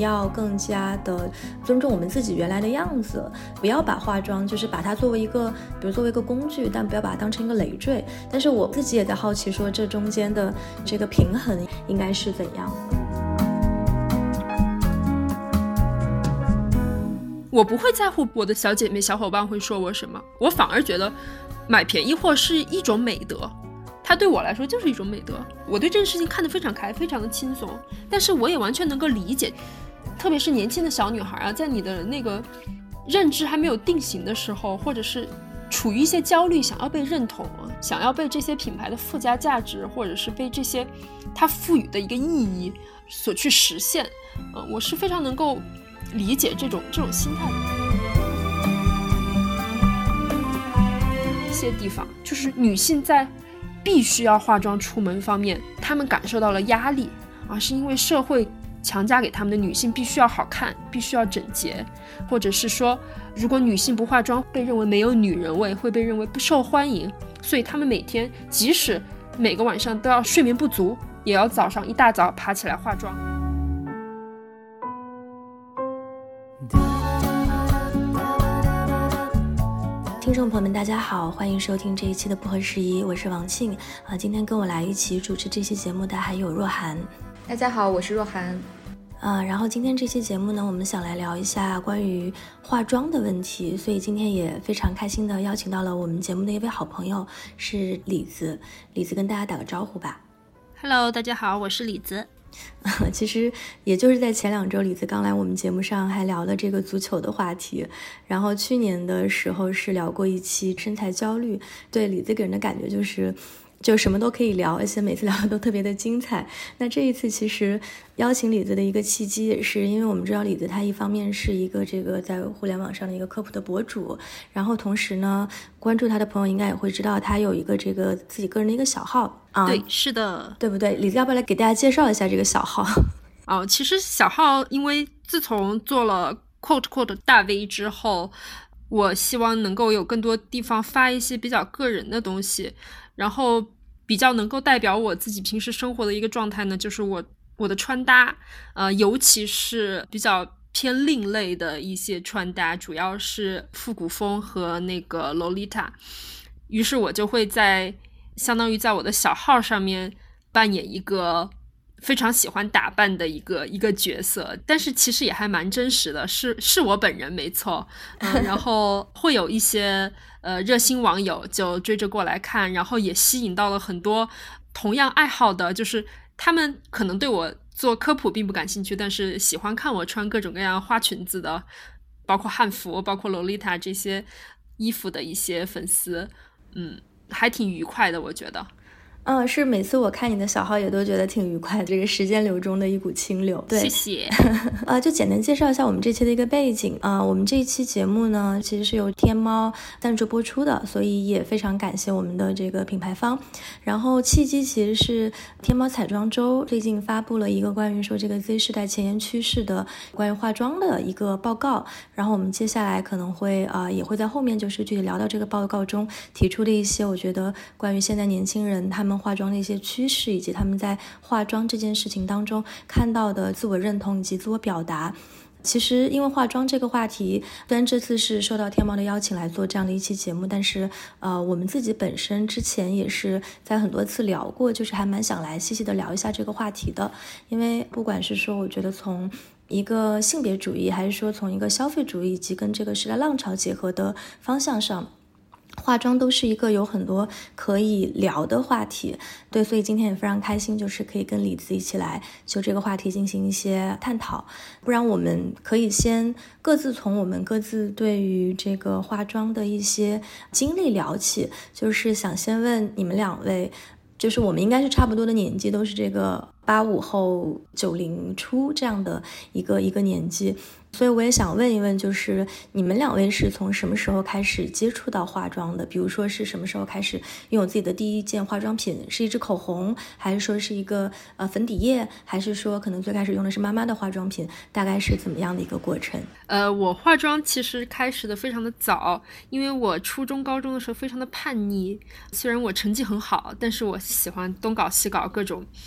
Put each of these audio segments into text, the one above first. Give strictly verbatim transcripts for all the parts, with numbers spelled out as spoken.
要更加的尊重我们自己原来的样子，不要把化妆就是把它作为一个比如作为一个工具，但不要把它当成一个累赘。但是我自己也在好奇说这中间的这个平衡应该是怎样的。 我不会在乎我的小姐妹小伙伴会说我什么，我反而觉得买便宜货是一种美德，它对我来说就是一种美德。我对这件事情看得非常开，非常的轻松，但是我也完全能够理解，特别是年轻的小女孩啊，在你的那个认知还没有定型的时候，或者是处于一些焦虑，想要被认同，想要被这些品牌的附加价值，或者是被这些它赋予的一个意义所去实现。呃、我是非常能够理解这种这种心态的。一些地方就是女性在必须要化妆出门方面，她们感受到了压力啊，是因为社会强加给她们的女性必须要好看，必须要整洁，或者是说如果女性不化妆被认为没有女人味，会被认为不受欢迎，所以她们每天即使每个晚上都要睡眠不足，也要早上一大早爬起来化妆。 听众朋友们大家好，欢迎收听这一期的不合时宜，我是王庆啊。今天跟我来一起主持这期节目的还有若涵。 大家好，我是若涵啊。然后今天这期节目呢，我们想来聊一下关于化妆的问题，所以今天也非常开心的邀请到了我们节目的一位好朋友，是李子。李子跟大家打个招呼吧。 Hello， 大家好，我是李子。 其实也就是在前两周，李子刚来我们节目上还聊了这个足球的话题，然后去年的时候是聊过一期身材焦虑。对，李子给人的感觉就是就什么都可以聊，而且每次聊的都特别的精彩。那这一次其实邀请李子的一个契机也是因为我们知道李子他一方面是一个这个在互联网上的一个科普的博主，然后同时呢关注他的朋友应该也会知道他有一个这个自己个人的一个小号啊。 对，是的， 对不对？李子要不要来给大家介绍一下这个小号？ 哦，其实小号因为自从做了 quote quote 大 V 之后，我希望能够有更多地方发一些比较个人的东西，然后比较能够代表我自己平时生活的一个状态呢，就是我我的穿搭，呃，尤其是比较偏另类的一些穿搭，主要是复古风和那个 Lolita。于是我就会在相当于在我的小号上面扮演一个非常喜欢打扮的一个一个角色，但是其实也还蛮真实的，是是我本人没错。嗯，然后会有一些呃热心网友就追着过来看，然后也吸引到了很多同样爱好的，就是他们可能对我做科普并不感兴趣，但是喜欢看我穿各种各样花裙子的，包括汉服，包括 Lolita 这些衣服的一些粉丝。嗯，还挺愉快的，我觉得。 嗯，是每次我看你的小号也都觉得挺愉快的，这个时间流中的一股清流。对， 谢谢。 呃，就简单介绍一下我们这期的一个背景啊、呃。我们这一期节目呢，其实是由天猫赞助播出的，所以也非常感谢我们的这个品牌方。然后契机其实是天猫彩妆周最近发布了一个关于说这个 Z 世代前沿趋势的关于化妆的一个报告，然后我们接下来可能会啊、呃、也会在后面就是具体聊到这个报告中提出的一些我觉得关于现在年轻人他们化妆的一些趋势，以及他们在化妆这件事情当中看到的自我认同以及自我表达。其实因为化妆这个话题，虽然这次是受到天猫的邀请来做这样的一期节目，但是呃，我们自己本身之前也是在很多次聊过，就是还蛮想来细细的聊一下这个话题的。因为不管是说我觉得从一个性别主义，还是说从一个消费主义以及跟这个时代浪潮结合的方向上，化妆都是一个有很多可以聊的话题。对，所以今天也非常开心，就是可以跟李子一起来就这个话题进行一些探讨。不然我们可以先各自从我们各自对于这个化妆的一些经历聊起，就是想先问你们两位，就是我们应该是差不多的年纪，都是这个八五后九零初这样的一个一个年纪，所以我也想问一问，就是你们两位是从什么时候开始接触到化妆的？比如说是什么时候开始拥有自己的第一件化妆品，是一支口红，还是说是一个呃粉底液，还是说可能最开始用的是妈妈的化妆品，大概是怎么样的一个过程？ 呃，我化妆其实开始的非常的早，因为我初中高中的时候非常的叛逆，虽然我成绩很好，但是我喜欢东搞西搞各种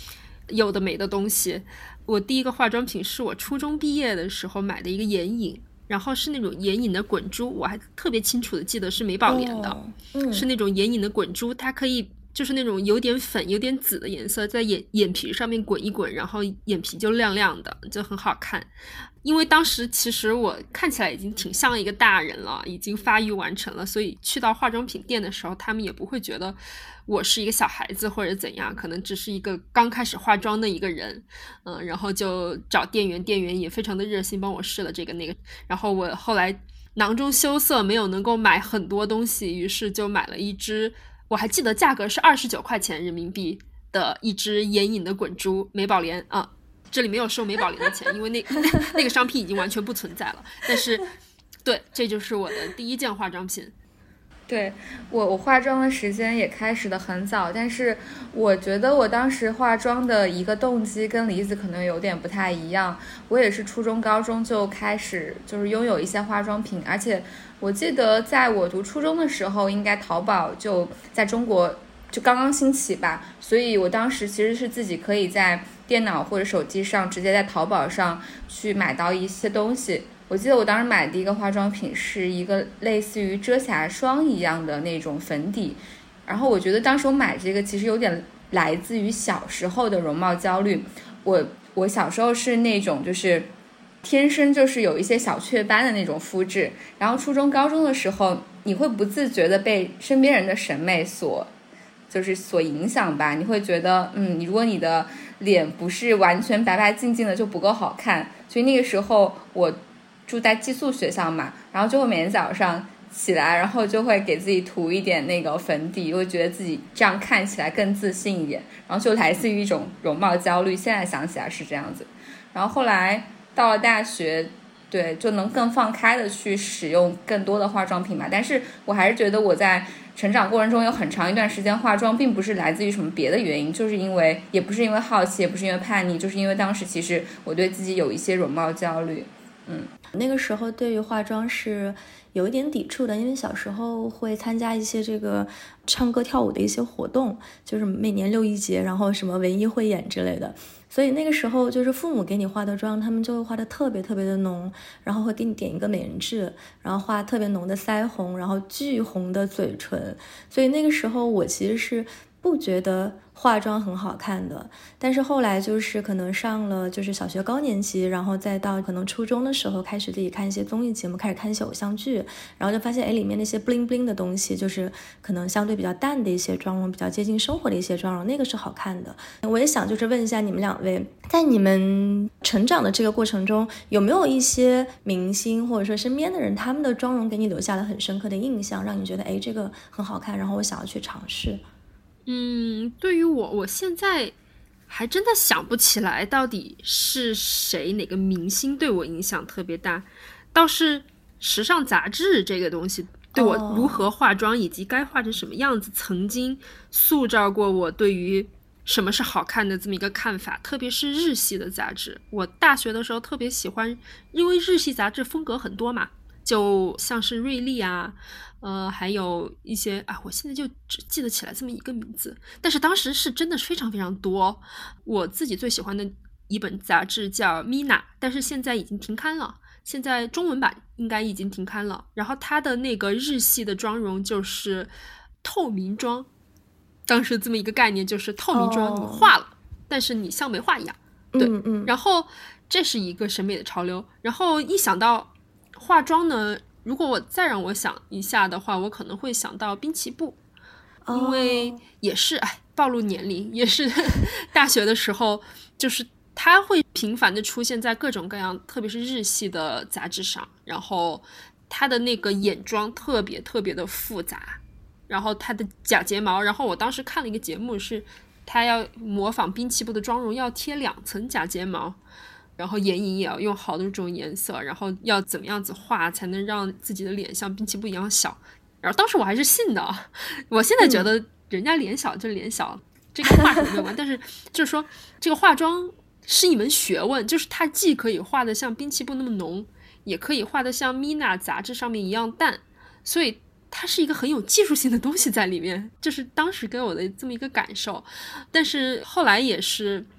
有的没的东西。我第一个化妆品是我初中毕业的时候买的一个眼影，然后是那种眼影的滚珠，我还特别清楚的记得是美宝莲的、哦嗯、是那种眼影的滚珠，它可以就是那种有点粉有点紫的颜色在眼眼皮上面滚一滚，然后眼皮就亮亮的，就很好看。因为当时其实我看起来已经挺像一个大人了，已经发育完成了，所以去到化妆品店的时候他们也不会觉得我是一个小孩子或者怎样，可能只是一个刚开始化妆的一个人。嗯，然后就找店员，店员也非常的热心帮我试了这个那个，然后我后来囊中羞涩没有能够买很多东西，于是就买了一支，我还记得价格是二十九块钱人民币的一支眼影的滚珠，美宝莲啊，这里没有收美宝莲的钱，因为那那个商品已经完全不存在了。但是，对，这就是我的第一件化妆品。 对，我我化妆的时间也开始的很早，但是我觉得我当时化妆的一个动机跟梨子可能有点不太一样。我也是初中高中就开始就是拥有一些化妆品，而且我记得在我读初中的时候，应该淘宝就在中国就刚刚兴起吧，所以我当时其实是自己可以在电脑或者手机上直接在淘宝上去买到一些东西。我记得我当时买的第一个化妆品是一个类似于遮瑕霜一样的那种粉底，然后我觉得当时我买这个其实有点来自于小时候的容貌焦虑。我我小时候是那种就是天生就是有一些小雀斑的那种肤质，然后初中高中的时候你会不自觉的被身边人的审美所就是所影响吧，你会觉得嗯，如果你的脸不是完全白白净净的就不够好看。所以那个时候我住在寄宿学校嘛，然后就会每天早上起来，然后就会给自己涂一点那个粉底，会觉得自己这样看起来更自信一点，然后就来自于一种容貌焦虑，现在想起来是这样子。然后后来到了大学，对，就能更放开的去使用更多的化妆品嘛。但是我还是觉得我在成长过程中有很长一段时间化妆并不是来自于什么别的原因，就是因为也不是因为好奇，也不是因为叛逆，就是因为当时其实我对自己有一些容貌焦虑。嗯， 那个时候对于化妆是有一点抵触的，因为小时候会参加一些这个唱歌跳舞的一些活动，就是每年六一节，然后什么文艺汇演之类的，所以那个时候就是父母给你化的妆，他们就会化的特别特别的浓，然后会给你点一个美人痣，然后画特别浓的腮红，然后巨红的嘴唇，所以那个时候我其实是不觉得化妆很好看的。但是后来就是可能上了就是小学高年级，然后再到可能初中的时候开始自己看一些综艺节目，开始看一些偶像剧，然后就发现哎，里面那些 bling bling 的东西，就是可能相对比较淡的一些妆容，比较接近生活的一些妆容，那个是好看的。我也想就是问一下你们两位，在你们成长的这个过程中，有没有一些明星或者说身边的人，他们的妆容给你留下了很深刻的印象，让你觉得哎，这个很好看，然后我想要去尝试？ 嗯，对于我，我现在还真的想不起来到底是谁，哪个明星对我影响特别大。倒是时尚杂志这个东西对我如何化妆以及该化成什么样子，曾经塑造过我对于什么是好看的这么一个看法。特别是日系的杂志，我大学的时候特别喜欢，因为日系杂志风格很多嘛，就像是瑞丽啊，呃，还有一些啊，我现在就只记得起来这么一个名字，但是当时是真的是非常非常多。我自己最喜欢的一本杂志叫 Mina， 但是现在已经停刊了，现在中文版应该已经停刊了。然后它的那个日系的妆容就是透明妆，当时这么一个概念，就是透明妆你化了、oh. 但是你像没化一样。对、嗯嗯、然后这是一个审美的潮流。然后一想到化妆呢，如果我再让我想一下的话，我可能会想到滨崎步，因为也是哎暴露年龄，也是大学的时候，就是他会频繁的出现在各种各样特别是日系的杂志上，然后他的那个眼妆特别特别的复杂，然后他的假睫毛，然后我当时看了一个节目，是他要模仿滨崎步的妆容，要贴两层假睫毛，然后眼影也要用好多种颜色，然后要怎么样子画才能让自己的脸像滨崎步一样小。然后当时我还是信的，我现在觉得人家脸小就脸小、嗯、这个画什么没有关，但是就是说这个化妆是一门学问，就是它既可以画得像滨崎步那么浓，也可以画得像 Mina 杂志上面一样淡，所以它是一个很有技术性的东西在里面，就是当时给我的这么一个感受。但是后来也是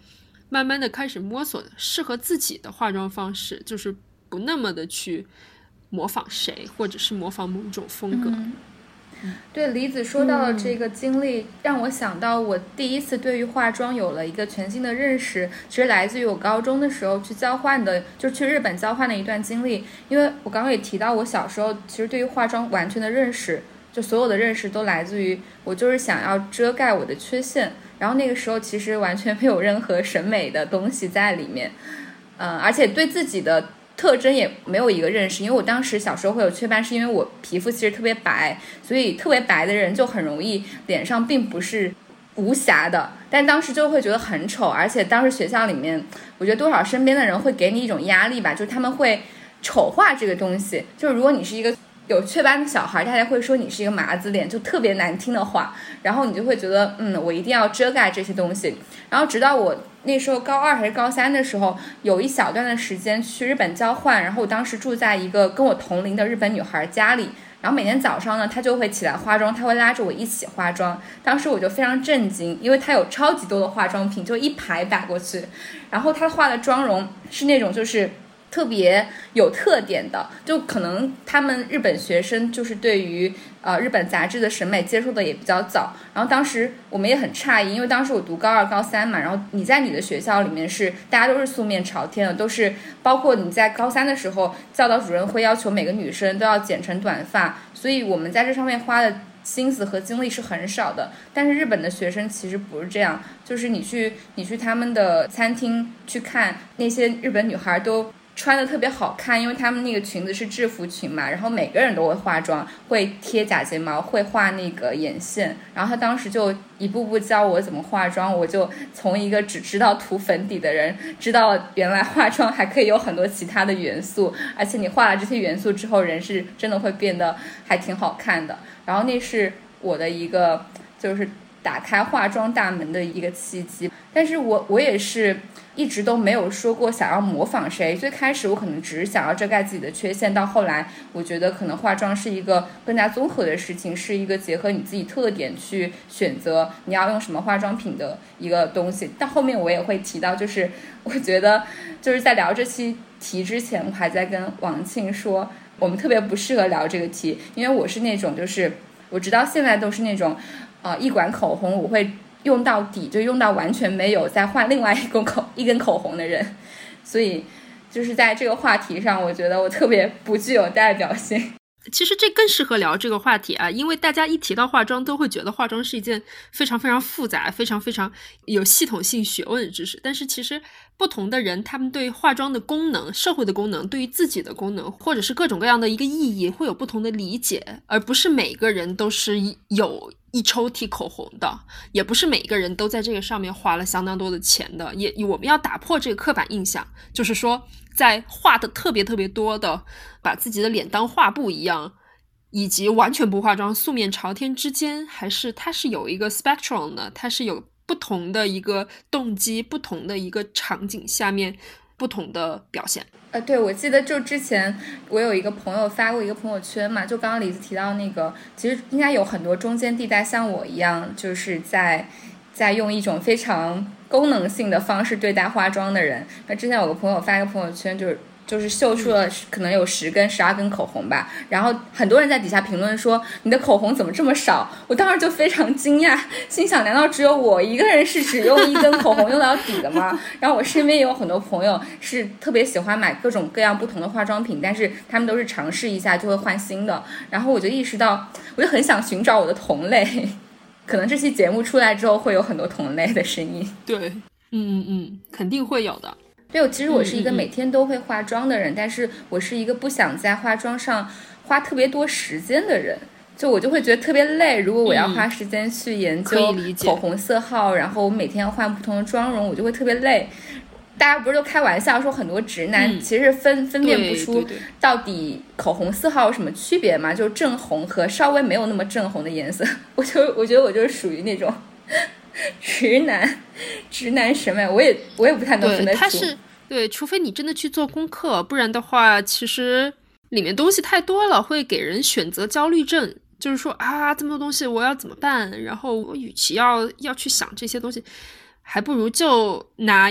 慢慢的开始摸索适合自己的化妆方式，就是不那么的去模仿谁，或者是模仿某一种风格。 嗯对，李子说到的这个经历、嗯、让我想到我第一次对于化妆有了一个全新的认识，其实来自于我高中的时候去交换的，就去日本交换的一段经历。因为我刚刚也提到，我小时候其实对于化妆完全的认识，就所有的认识都来自于我就是想要遮盖我的缺陷，然后那个时候其实完全没有任何审美的东西在里面，嗯、呃，而且对自己的特征也没有一个认识。因为我当时小时候会有雀斑，是因为我皮肤其实特别白，所以特别白的人就很容易脸上并不是无瑕的，但当时就会觉得很丑。而且当时学校里面，我觉得多少身边的人会给你一种压力吧，就是他们会丑化这个东西，就是如果你是一个有雀斑的小孩，大家会说你是一个麻子脸，就特别难听的话，然后你就会觉得嗯，我一定要遮盖这些东西。然后直到我那时候高二还是高三的时候，有一小段的时间去日本交换，然后我当时住在一个跟我同龄的日本女孩家里，然后每天早上呢，她就会起来化妆，她会拉着我一起化妆。当时我就非常震惊，因为她有超级多的化妆品，就一排摆过去，然后她画的妆容是那种就是特别有特点的，就可能他们日本学生就是对于呃日本杂志的审美接触的也比较早。然后当时我们也很诧异，因为当时我读高二高三嘛，然后你在你的学校里面是大家都是素面朝天的，都是包括你在高三的时候，教导主任会要求每个女生都要剪成短发，所以我们在这上面花的心思和精力是很少的。但是日本的学生其实不是这样，就是你去你去他们的餐厅去看，那些日本女孩都穿的特别好看，因为他们那个裙子是制服裙嘛，然后每个人都会化妆，会贴假睫毛，会画那个眼线。然后他当时就一步步教我怎么化妆，我就从一个只知道涂粉底的人，知道原来化妆还可以有很多其他的元素，而且你化了这些元素之后，人是真的会变得还挺好看的。然后那是我的一个就是打开化妆大门的一个契机。但是我我也是一直都没有说过想要模仿谁，最开始我可能只是想要遮盖自己的缺陷，到后来我觉得可能化妆是一个更加综合的事情，是一个结合你自己特点去选择你要用什么化妆品的一个东西。到后面我也会提到，就是我觉得就是在聊这期题之前，我还在跟王庆说我们特别不适合聊这个题，因为我是那种就是我直到现在都是那种呃，一管口红我会用到底，就用到完全没有再换另外一根口一根口红的人，所以就是在这个话题上，我觉得我特别不具有代表性。 其实这更适合聊这个话题啊，因为大家一提到化妆都会觉得化妆是一件非常非常复杂非常非常有系统性学问的知识，但是其实不同的人他们对化妆的功能、社会的功能、对于自己的功能，或者是各种各样的一个意义会有不同的理解，而不是每个人都是有一抽屉口红的，也不是每个人都在这个上面花了相当多的钱的。也我们要打破这个刻板印象，就是说在画的特别特别多的把自己的脸当画布一样，以及完全不化妆素面朝天之间，还是它是有一个 spectrum 的，它是有不同的一个动机，不同的一个场景下面不同的表现。 呃，对，我记得就之前我有一个朋友发过一个朋友圈嘛，就刚刚李子提到那个，其实应该有很多中间地带像我一样，就是在在用一种非常功能性的方式对待化妆的人。那之前有个朋友发一个朋友圈，就是就是秀出了可能有十根十二根口红吧，然后很多人在底下评论说你的口红怎么这么少。我当时就非常惊讶，心想难道只有我一个人是只用一根口红用到底的吗？然后我身边也有很多朋友是特别喜欢买各种各样不同的化妆品，但是他们都是尝试一下就会换新的。然后我就意识到，我就很想寻找我的同类，可能这期节目出来之后会有很多同类的声音。 对，嗯嗯嗯，肯定会有的。 对，其实我是一个每天都会化妆的人，嗯嗯嗯，但是我是一个不想在化妆上花特别多时间的人，就我就会觉得特别累。如果我要花时间去研究口红色号，嗯，然后我每天要换不同的妆容，我就会特别累。大家不是都开玩笑说很多直男，嗯，其实分分辨不出到底口红色号有什么区别嘛，就正红和稍微没有那么正红的颜色。我就我觉得我就是属于那种直男直男审美，我也我也不太能分得出。 对，他是对，除非你真的去做功课，不然的话其实里面东西太多了，会给人选择焦虑症，就是说啊这么多东西我要怎么办，然后我与其要要去想这些东西，还不如就拿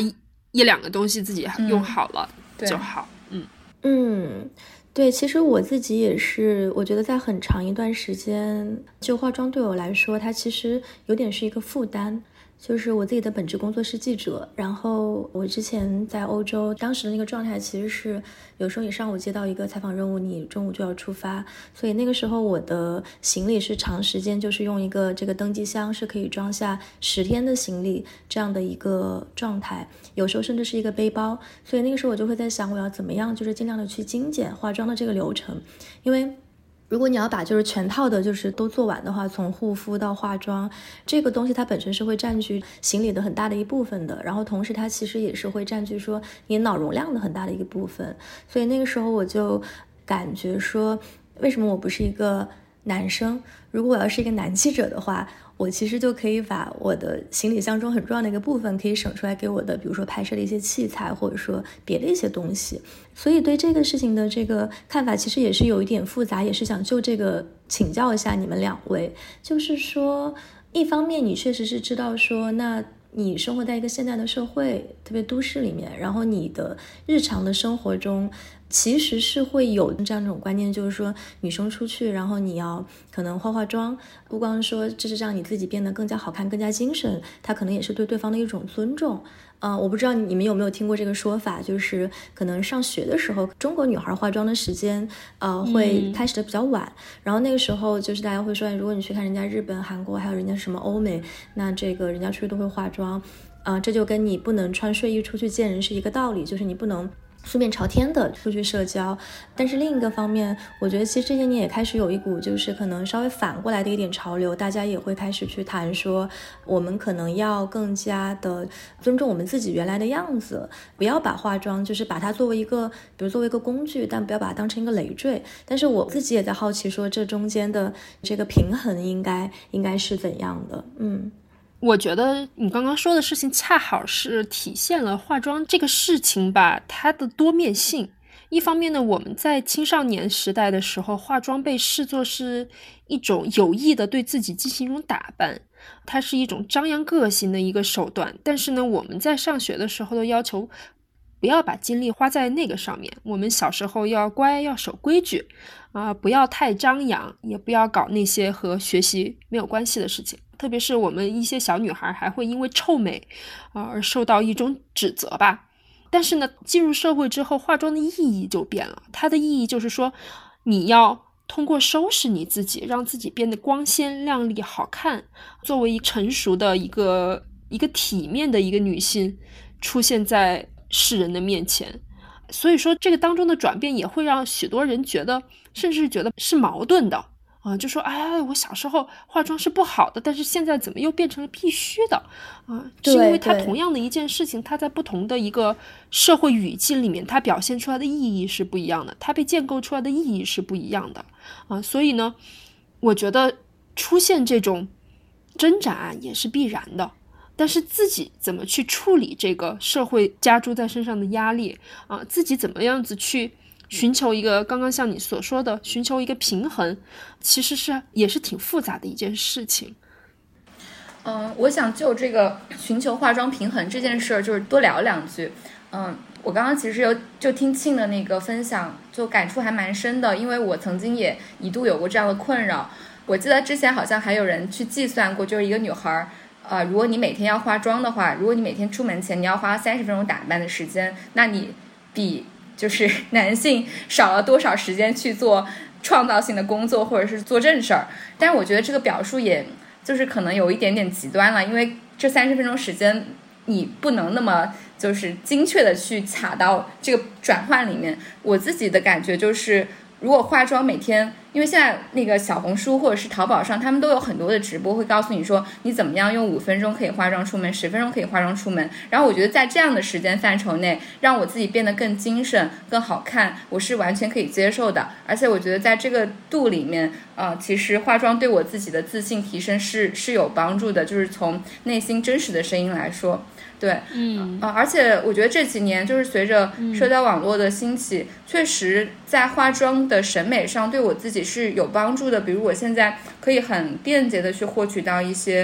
一两个东西自己用好了就好。 嗯嗯，对，其实我自己也是，我觉得在很长一段时间，就化妆对我来说，它其实有点是一个负担。就是我自己的本职工作是记者，然后我之前在欧洲，当时的那个状态其实是有时候你上午接到一个采访任务，你中午就要出发，所以那个时候我的行李是长时间就是用一个这个登机箱是可以装下十天的行李这样的一个状态，有时候甚至是一个背包，所以那个时候我就会在想我要怎么样就是尽量的去精简化妆的这个流程，因为如果你要把就是全套的就是都做完的话，从护肤到化妆这个东西它本身是会占据行李的很大的一部分的，然后同时它其实也是会占据说你脑容量的很大的一个部分，所以那个时候我就感觉说为什么我不是一个男生，如果我要是一个男记者的话，我其实就可以把我的行李箱中很重要的一个部分可以省出来给我的比如说拍摄的一些器材或者说别的一些东西，所以对这个事情的这个看法其实也是有一点复杂，也是想就这个请教一下你们两位，就是说一方面你确实是知道说那你生活在一个现代的社会特别都市里面，然后你的日常的生活中其实是会有这样一种观念，就是说女生出去然后你要可能化化妆，不光说这是让你自己变得更加好看更加精神，它可能也是对对方的一种尊重。呃，我不知道你们有没有听过这个说法，就是可能上学的时候中国女孩化妆的时间呃会开始的比较晚、嗯、然后那个时候就是大家会说如果你去看人家日本韩国还有人家什么欧美，那这个人家出去都会化妆，呃，这就跟你不能穿睡衣出去见人是一个道理，就是你不能素面朝天的出去社交。但是另一个方面我觉得其实这些年也开始有一股就是可能稍微反过来的一点潮流，大家也会开始去谈说我们可能要更加的尊重我们自己原来的样子，不要把化妆就是把它作为一个比如作为一个工具，但不要把它当成一个累赘。但是我自己也在好奇说这中间的这个平衡应该应该是怎样的。嗯， 我觉得你刚刚说的事情恰好是体现了化妆这个事情吧，它的多面性。一方面呢，我们在青少年时代的时候，化妆被视作是一种有意的对自己进行一种打扮，它是一种张扬个性的一个手段。但是呢，我们在上学的时候的要求不要把精力花在那个上面，我们小时候要乖要守规矩啊、呃，不要太张扬，也不要搞那些和学习没有关系的事情。特别是我们一些小女孩还会因为臭美啊、呃、而受到一种指责吧。但是呢，进入社会之后，化妆的意义就变了。它的意义就是说，你要通过收拾你自己，让自己变得光鲜亮丽好看，作为成熟的一个一个体面的一个女性出现在世人的面前。所以说这个当中的转变也会让许多人觉得，甚至觉得是矛盾的啊、呃，就说哎呀，我小时候化妆是不好的，但是现在怎么又变成了必须的啊、呃？是因为它同样的一件事情，它在不同的一个社会语境里面，它表现出来的意义是不一样的，它被建构出来的意义是不一样的啊、呃。所以呢，我觉得出现这种挣扎也是必然的。但是自己怎么去处理这个社会加诸在身上的压力啊、呃？自己怎么样子去寻求一个刚刚像你所说的寻求一个平衡，其实是也是挺复杂的一件事情。 嗯，我想就这个寻求化妆平衡这件事儿，就是多聊两句。嗯，我刚刚其实有就听庆的那个分享，就感触还蛮深的，因为我曾经也一度有过这样的困扰。我记得之前好像还有人去计算过，就是一个女孩呃，如果你每天要化妆的话，如果你每天出门前你要花三十分钟打扮的时间，那你比就是男性少了多少时间去做创造性的工作或者是做正事儿。但是我觉得这个表述也就是可能有一点点极端了，因为这三十分钟时间你不能那么就是精确的去卡到这个转换里面。我自己的感觉就是如果化妆每天，因为现在那个小红书或者是淘宝上他们都有很多的直播会告诉你说你怎么样用五分钟可以化妆出门，十分钟可以化妆出门，然后我觉得在这样的时间范畴内让我自己变得更精神更好看，我是完全可以接受的。而且我觉得在这个度里面呃，其实化妆对我自己的自信提升是是有帮助的，就是从内心真实的声音来说。对， 嗯、 呃，而且我觉得这几年就是随着社交网络的兴起、嗯、确实在化妆的审美上对我自己是有帮助的。比如我现在可以很便捷的去获取到一些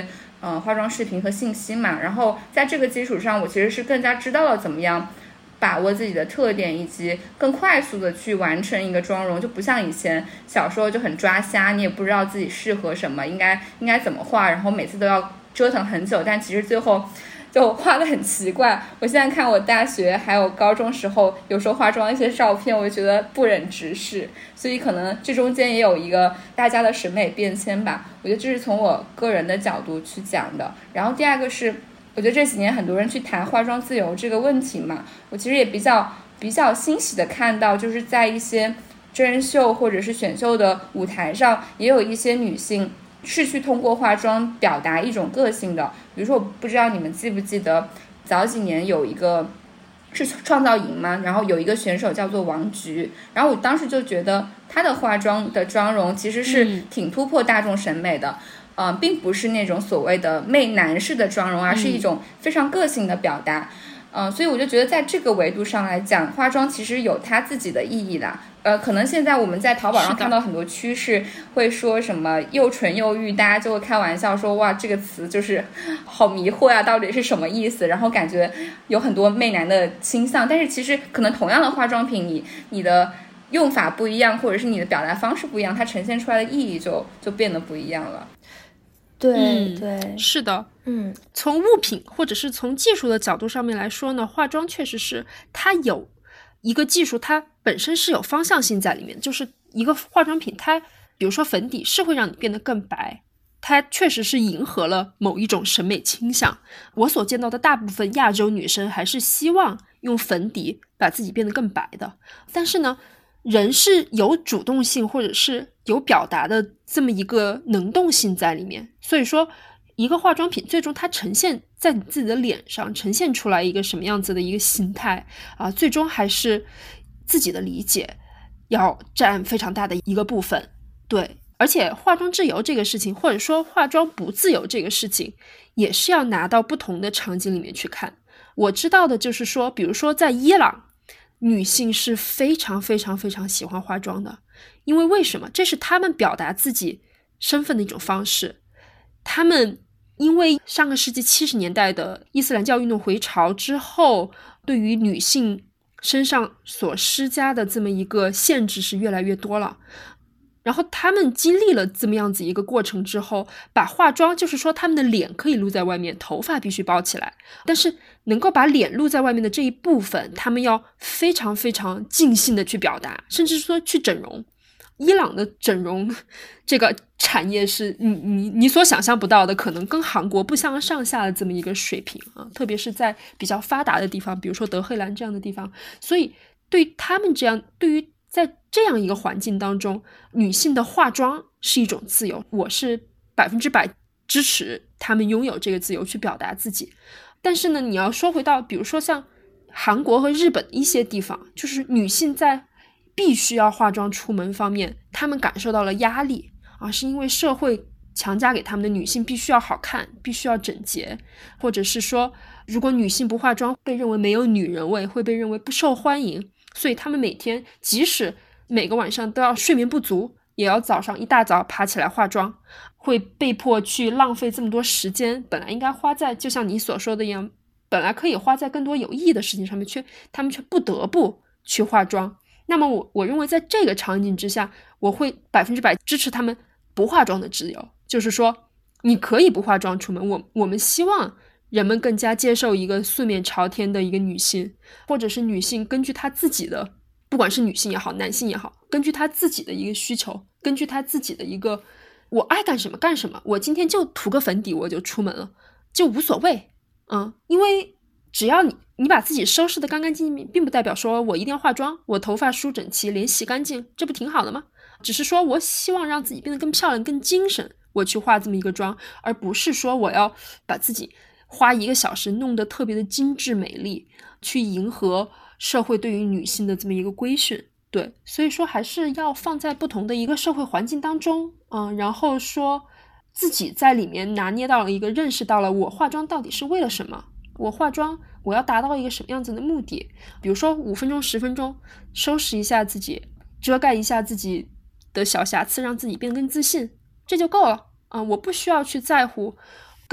呃化妆视频和信息嘛，然后在这个基础上，我其实是更加知道了怎么样把握自己的特点，以及更快速的去完成一个妆容，就不像以前小时候就很抓瞎，你也不知道自己适合什么，应该应该怎么画，然后每次都要折腾很久，但其实最后就画得很奇怪。我现在看我大学还有高中时候有时候化妆一些照片，我就觉得不忍直视，所以可能这中间也有一个大家的审美变迁吧，我觉得这是从我个人的角度去讲的。然后第二个是我觉得这几年很多人去谈化妆自由这个问题嘛，我其实也比较比较欣喜的看到，就是在一些真人秀或者是选秀的舞台上，也有一些女性是去通过化妆表达一种个性的。比如说我不知道你们记不记得早几年有一个是创造营嘛，然后有一个选手叫做王菊，然后我当时就觉得她的化妆的妆容其实是挺突破大众审美的，嗯呃，并不是那种所谓的媚男式的妆容，而是一种非常个性的表达。嗯、呃，所以我就觉得在这个维度上来讲，化妆其实有它自己的意义啦。呃，可能现在我们在淘宝上看到很多趋势，会说什么又纯又欲，大家就会开玩笑说哇，这个词就是好迷惑呀、啊，到底是什么意思？然后感觉有很多媚男的倾向，但是其实可能同样的化妆品，你你的用法不一样，或者是你的表达方式不一样，它呈现出来的意义就就变得不一样了。 对、 嗯、 对， 是的， 嗯， 从物品或者是从技术的角度上面来说呢，化妆确实是它有一个技术，它本身是有方向性在里面，就是一个化妆品，它比如说粉底是会让你变得更白，它确实是迎合了某一种审美倾向。我所见到的大部分亚洲女生还是希望用粉底把自己变得更白的，但是呢，人是有主动性或者是有表达的这么一个能动性在里面，所以说一个化妆品最终它呈现在你自己的脸上，呈现出来一个什么样子的一个形态啊，最终还是自己的理解要占非常大的一个部分。对，而且化妆自由这个事情，或者说化妆不自由这个事情，也是要拿到不同的场景里面去看。我知道的就是说，比如说在伊朗，女性是非常非常非常喜欢化妆的，因为为什么？这是她们表达自己身份的一种方式。她们因为上个世纪七十年代的伊斯兰教运动回潮之后，对于女性身上所施加的这么一个限制是越来越多了，然后他们经历了这么样子一个过程之后，把化妆，就是说他们的脸可以露在外面，头发必须包起来，但是能够把脸露在外面的这一部分，他们要非常非常尽兴的去表达，甚至说去整容。伊朗的整容这个产业是你你你所想象不到的，可能跟韩国不相上下的这么一个水平啊，特别是在比较发达的地方，比如说德黑兰这样的地方。所以对于他们这样，对于在这样一个环境当中，女性的化妆是一种自由，我是百分之百支持他们拥有这个自由去表达自己。但是呢，你要说回到比如说像韩国和日本一些地方，就是女性在必须要化妆出门方面，她们感受到了压力啊，是因为社会强加给他们的女性必须要好看，必须要整洁，或者是说如果女性不化妆被认为没有女人味，会被认为不受欢迎，所以她们每天即使每个晚上都要睡眠不足，也要早上一大早爬起来化妆，会被迫去浪费这么多时间，本来应该花在就像你所说的一样，本来可以花在更多有意义的事情上面，却他们却不得不去化妆。那么我我认为在这个场景之下，我会百分之百支持他们不化妆的自由，就是说你可以不化妆出门，我我们希望人们更加接受一个素面朝天的一个女性，或者是女性根据她自己的，不管是女性也好男性也好，根据她自己的一个需求，根据她自己的一个我爱干什么干什么，我今天就涂个粉底我就出门了，就无所谓。嗯，因为只要你你把自己收拾得干干净净，并不代表说我一定要化妆，我头发梳整齐，脸洗干净，这不挺好的吗？只是说我希望让自己变得更漂亮更精神，我去化这么一个妆，而不是说我要把自己花一个小时弄得特别的精致美丽，去迎合社会对于女性的这么一个规训。对，所以说还是要放在不同的一个社会环境当中，嗯，然后说自己在里面拿捏到了一个认识到了我化妆到底是为了什么，我化妆我要达到一个什么样子的目的，比如说五分钟十分钟收拾一下自己，遮盖一下自己的小瑕疵，让自己变得更自信，这就够了啊、呃！我不需要去在乎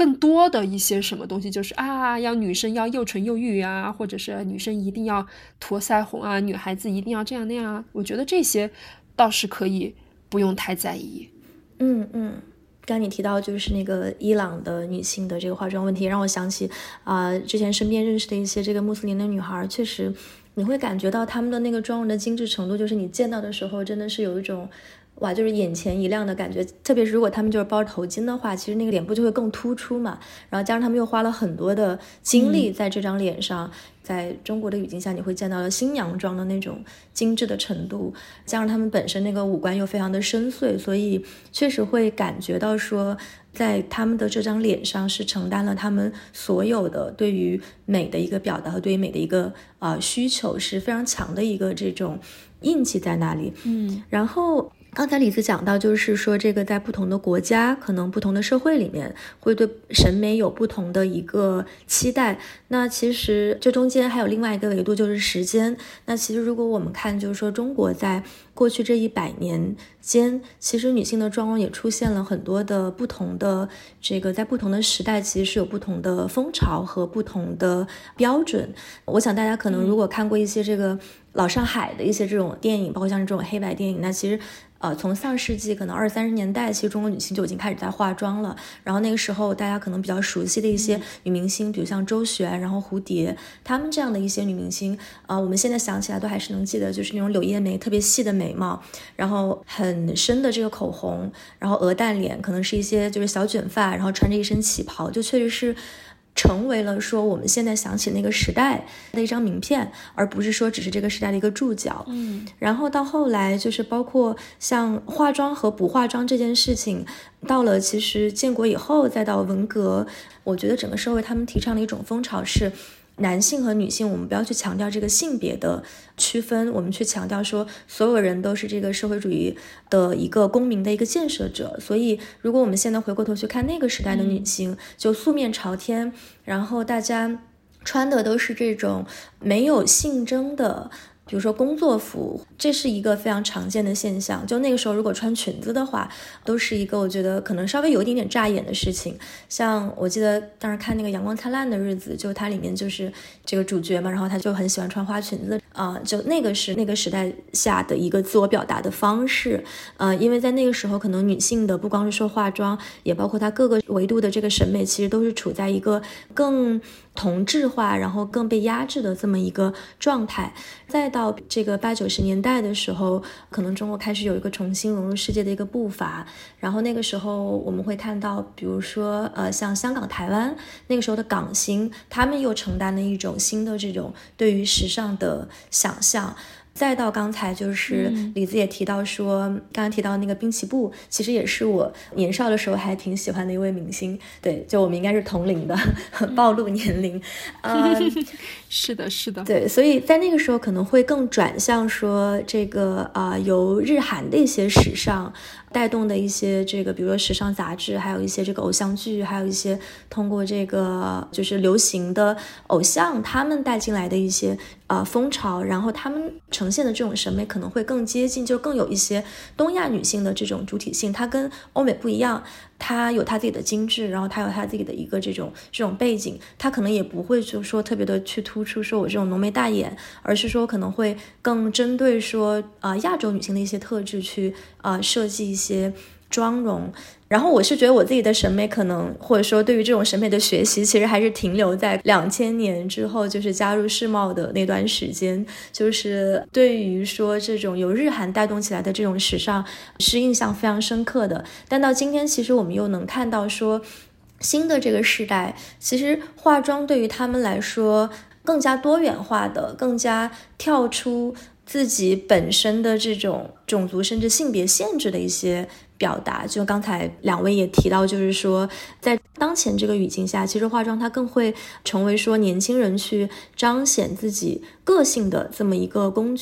更多的一些什么东西，就是啊，要女生要又纯又欲啊，或者是女生一定要涂腮红啊，女孩子一定要这样那样啊，我觉得这些倒是可以不用太在意。 嗯嗯，刚刚你提到就是那个伊朗的女性的这个化妆问题，让我想起啊、呃，之前身边认识的一些这个穆斯林的女孩，确实你会感觉到她们的那个妆容的精致程度，就是你见到的时候真的是有一种哇，就是眼前一亮的感觉。特别是如果他们就是包着头巾的话，其实那个脸部就会更突出嘛。然后加上他们又花了很多的精力在这张脸上，嗯、在中国的语境下，你会见到了新娘妆的那种精致的程度，加上他们本身那个五官又非常的深邃，所以确实会感觉到说，在他们的这张脸上是承担了他们所有的对于美的一个表达和对于美的一个呃需求是非常强的一个这种印记在那里。 嗯， 然后刚才李子讲到，就是说这个在不同的国家，可能不同的社会里面，会对审美有不同的一个期待。那其实这中间还有另外一个维度，就是时间。那其实如果我们看，就是说中国在过去这一百年间，其实女性的妆容也出现了很多的不同的这个，在不同的时代，其实是有不同的风潮和不同的标准。我想大家可能如果看过一些这个老上海的一些这种电影，包括像这种黑白电影，那其实呃，从上世纪可能二三十年代，其实中国女性就已经开始在化妆了。然后那个时候，大家可能比较熟悉的一些女明星，比如像周璇，然后蝴蝶，她们这样的一些女明星，呃，我们现在想起来都还是能记得，就是那种柳叶眉，特别细的眉毛，然后很深的这个口红，然后鹅蛋脸，可能是一些就是小卷发，然后穿着一身旗袍，就确实是成为了说我们现在想起那个时代的一张名片，而不是说只是这个时代的一个注脚。 嗯， 然后到后来就是包括像化妆和不化妆这件事情，到了其实建国以后，再到文革，我觉得整个社会他们提倡的一种风潮是男性和女性，我们不要去强调这个性别的区分，我们去强调说所有人都是这个社会主义的一个公民的一个建设者。所以如果我们现在回过头去看那个时代的女性，就素面朝天，然后大家穿的都是这种没有性征的，比如说工作服，这是一个非常常见的现象。就那个时候如果穿裙子的话，都是一个我觉得可能稍微有一点点扎眼的事情。像我记得当时看那个阳光灿烂的日子，就它里面就是这个主角嘛，然后他就很喜欢穿花裙子啊、呃，就那个是那个时代下的一个自我表达的方式。呃，因为在那个时候可能女性的不光是说化妆，也包括她各个维度的这个审美，其实都是处在一个更同质化，然后更被压制的这么一个状态。再到这个八九十年代的时候，可能中国开始有一个重新融入世界的一个步伐，然后那个时候我们会看到，比如说呃，像香港、台湾那个时候的港星，他们又承担了一种新的这种对于时尚的想象。再到刚才就是李子也提到说、嗯、刚刚提到那个滨崎步，其实也是我年少的时候还挺喜欢的一位明星。对，就我们应该是同龄的，暴露年龄。呃， 是的是的， 对，所以在那个时候可能会更转向说这个啊、呃，由日韩的一些时尚带动的一些这个比如说时尚杂志，还有一些这个偶像剧，还有一些通过这个就是流行的偶像他们带进来的一些呃风潮，然后他们呈现的这种审美可能会更接近，就更有一些东亚女性的这种主体性，它跟欧美不一样，它有它自己的精致，然后它有它自己的一个这种这种背景，它可能也不会就说特别的去突出说我这种浓眉大眼，而是说可能会更针对说呃亚洲女性的一些特质去呃设计一些妆容。然后我是觉得我自己的审美可能或者说对于这种审美的学习其实还是停留在两千年之后，就是加入世贸的那段时间，就是对于说这种由日韩带动起来的这种时尚是印象非常深刻的。但到今天其实我们又能看到说新的这个时代，其实化妆对于他们来说更加多元化的，更加跳出自己本身的这种种族甚至性别限制的一些表达。就刚才两位也提到，就是说在当前这个语境下，其实化妆它更会成为说年轻人去彰显自己个性的这么一个工具。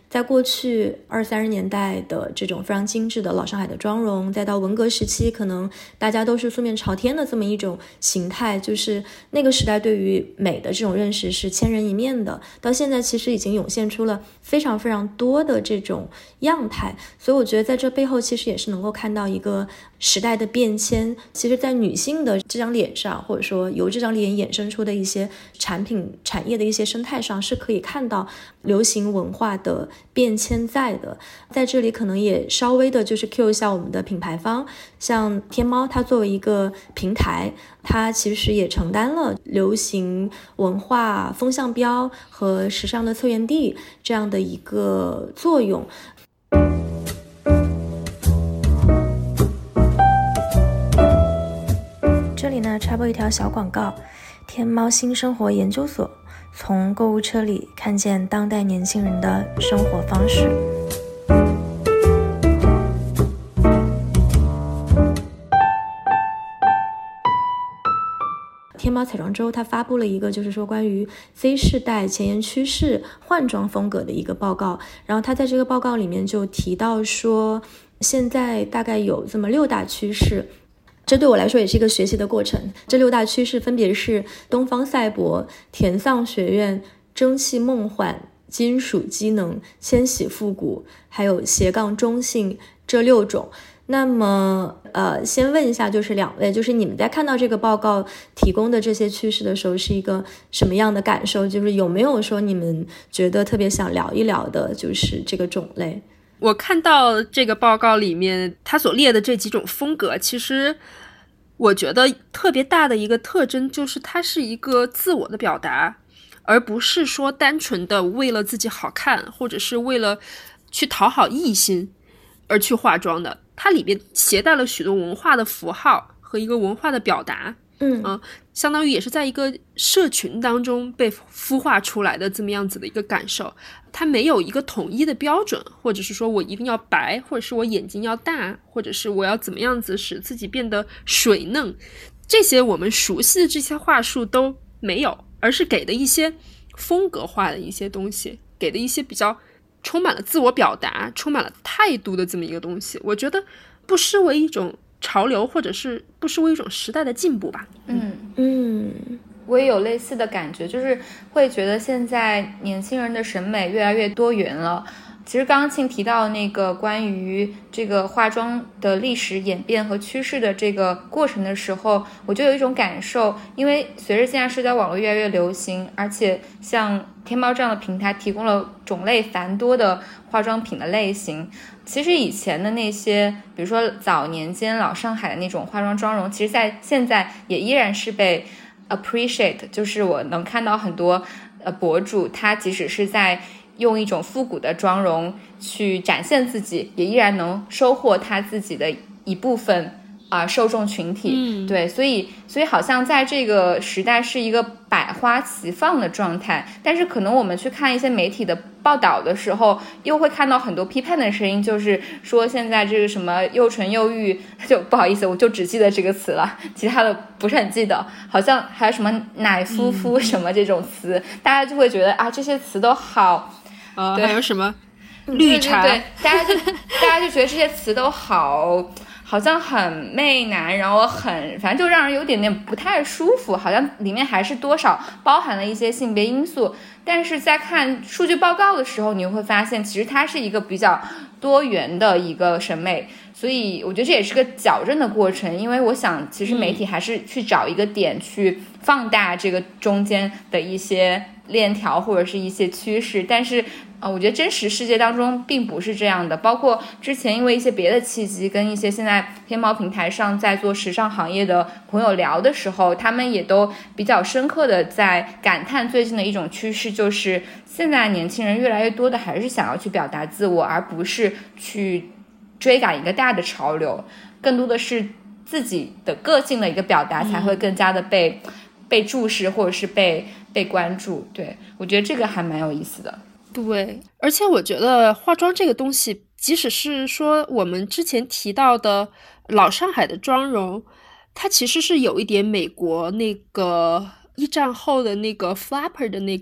在过去二三十年代的这种非常精致的老上海的妆容，再到文革时期可能大家都是素面朝天的这么一种形态，就是那个时代对于美的这种认识是千人一面的，到现在其实已经涌现出了非常非常多的这种样态。所以我觉得在这背后其实也是能够看到一个时代的变迁，其实在女性的这张脸上，或者说由这张脸衍生出的一些产品产业的一些生态上，是可以看到流行文化的变迁在的。在这里可能也稍微的就是 cue 一下我们的品牌方，像天猫它作为一个平台，它其实也承担了流行文化风向标和时尚的策源地这样的一个作用。这里呢插播一条小广告，天猫新生活研究所，从购物车里看见当代年轻人的生活方式。天猫彩妆周它发布了一个就是说关于 Z 世代前沿趋势换装风格的一个报告，然后它在这个报告里面就提到说，现在大概有这么六大趋势，这对我来说也是一个学习的过程。这六大趋势分别是东方赛博、甜丧学院、蒸汽梦幻、金属机能、千禧复古，还有斜杠中性这六种。那么呃，先问一下就是两位，就是你们在看到这个报告提供的这些趋势的时候是一个什么样的感受，就是有没有说你们觉得特别想聊一聊的就是这个种类。 我看到这个报告里面他所列的这几种风格，其实我觉得特别大的一个特征就是它是一个自我的表达，而不是说单纯的为了自己好看或者是为了去讨好异性而去化妆的，它里边携带了许多文化的符号和一个文化的表达。 嗯、 呃、相当于也是在一个社群当中被孵化出来的这么样子的一个感受。它没有一个统一的标准，或者是说我一定要白，或者是我眼睛要大，或者是我要怎么样子使自己变得水嫩，这些我们熟悉的这些话术都没有，而是给的一些风格化的一些东西，给的一些比较充满了自我表达、充满了态度的这么一个东西。我觉得不失为一种潮流，或者是不失为一种时代的进步吧。 嗯嗯， 我也有类似的感觉，就是会觉得现在年轻人的审美越来越多元了。其实刚刚庆提到那个关于这个化妆的历史演变和趋势的这个过程的时候，我就有一种感受，因为随着现在社交网络越来越流行，而且像天猫这样的平台提供了种类繁多的化妆品的类型，其实以前的那些比如说早年间老上海的那种化妆妆容，其实在现在也依然是被 appreciate， 就是我能看到很多呃博主，他即使是在用一种复古的妆容去展现自己，也依然能收获他自己的一部分啊、呃、受众群体。 嗯， 对，所以所以好像在这个时代是一个百花齐放的状态，但是可能我们去看一些媒体的报道的时候，又会看到很多批判的声音，就是说现在这个什么又纯又欲，就不好意思，我就只记得这个词了，其他的不是很记得，好像还有什么奶夫妇什么这种词、嗯、大家就会觉得啊这些词都好呃，还有什么绿茶， 对对对，大家就大家就觉得这些词都好，好像很媚男，然后很反正就让人有点点不太舒服，好像里面还是多少包含了一些性别因素。但是在看数据报告的时候，你会发现其实它是一个比较多元的一个审美，所以我觉得这也是个矫正的过程。因为我想其实媒体还是去找一个点去放大这个中间的一些链条或者是一些趋势，但是呃，我觉得真实世界当中并不是这样的。包括之前因为一些别的契机跟一些现在天猫平台上在做时尚行业的朋友聊的时候，他们也都比较深刻的在感叹最近的一种趋势，就是现在年轻人越来越多的还是想要去表达自我，而不是去追赶一个大的潮流，更多的是自己的个性的一个表达才会更加的被、嗯、被注视或者是被被关注。对，我觉得这个还蛮有意思的。 对，而且我觉得化妆这个东西，即使是说我们之前提到的老上海的妆容，它其实是有一点美国那个一战后的那个 flapper 的那个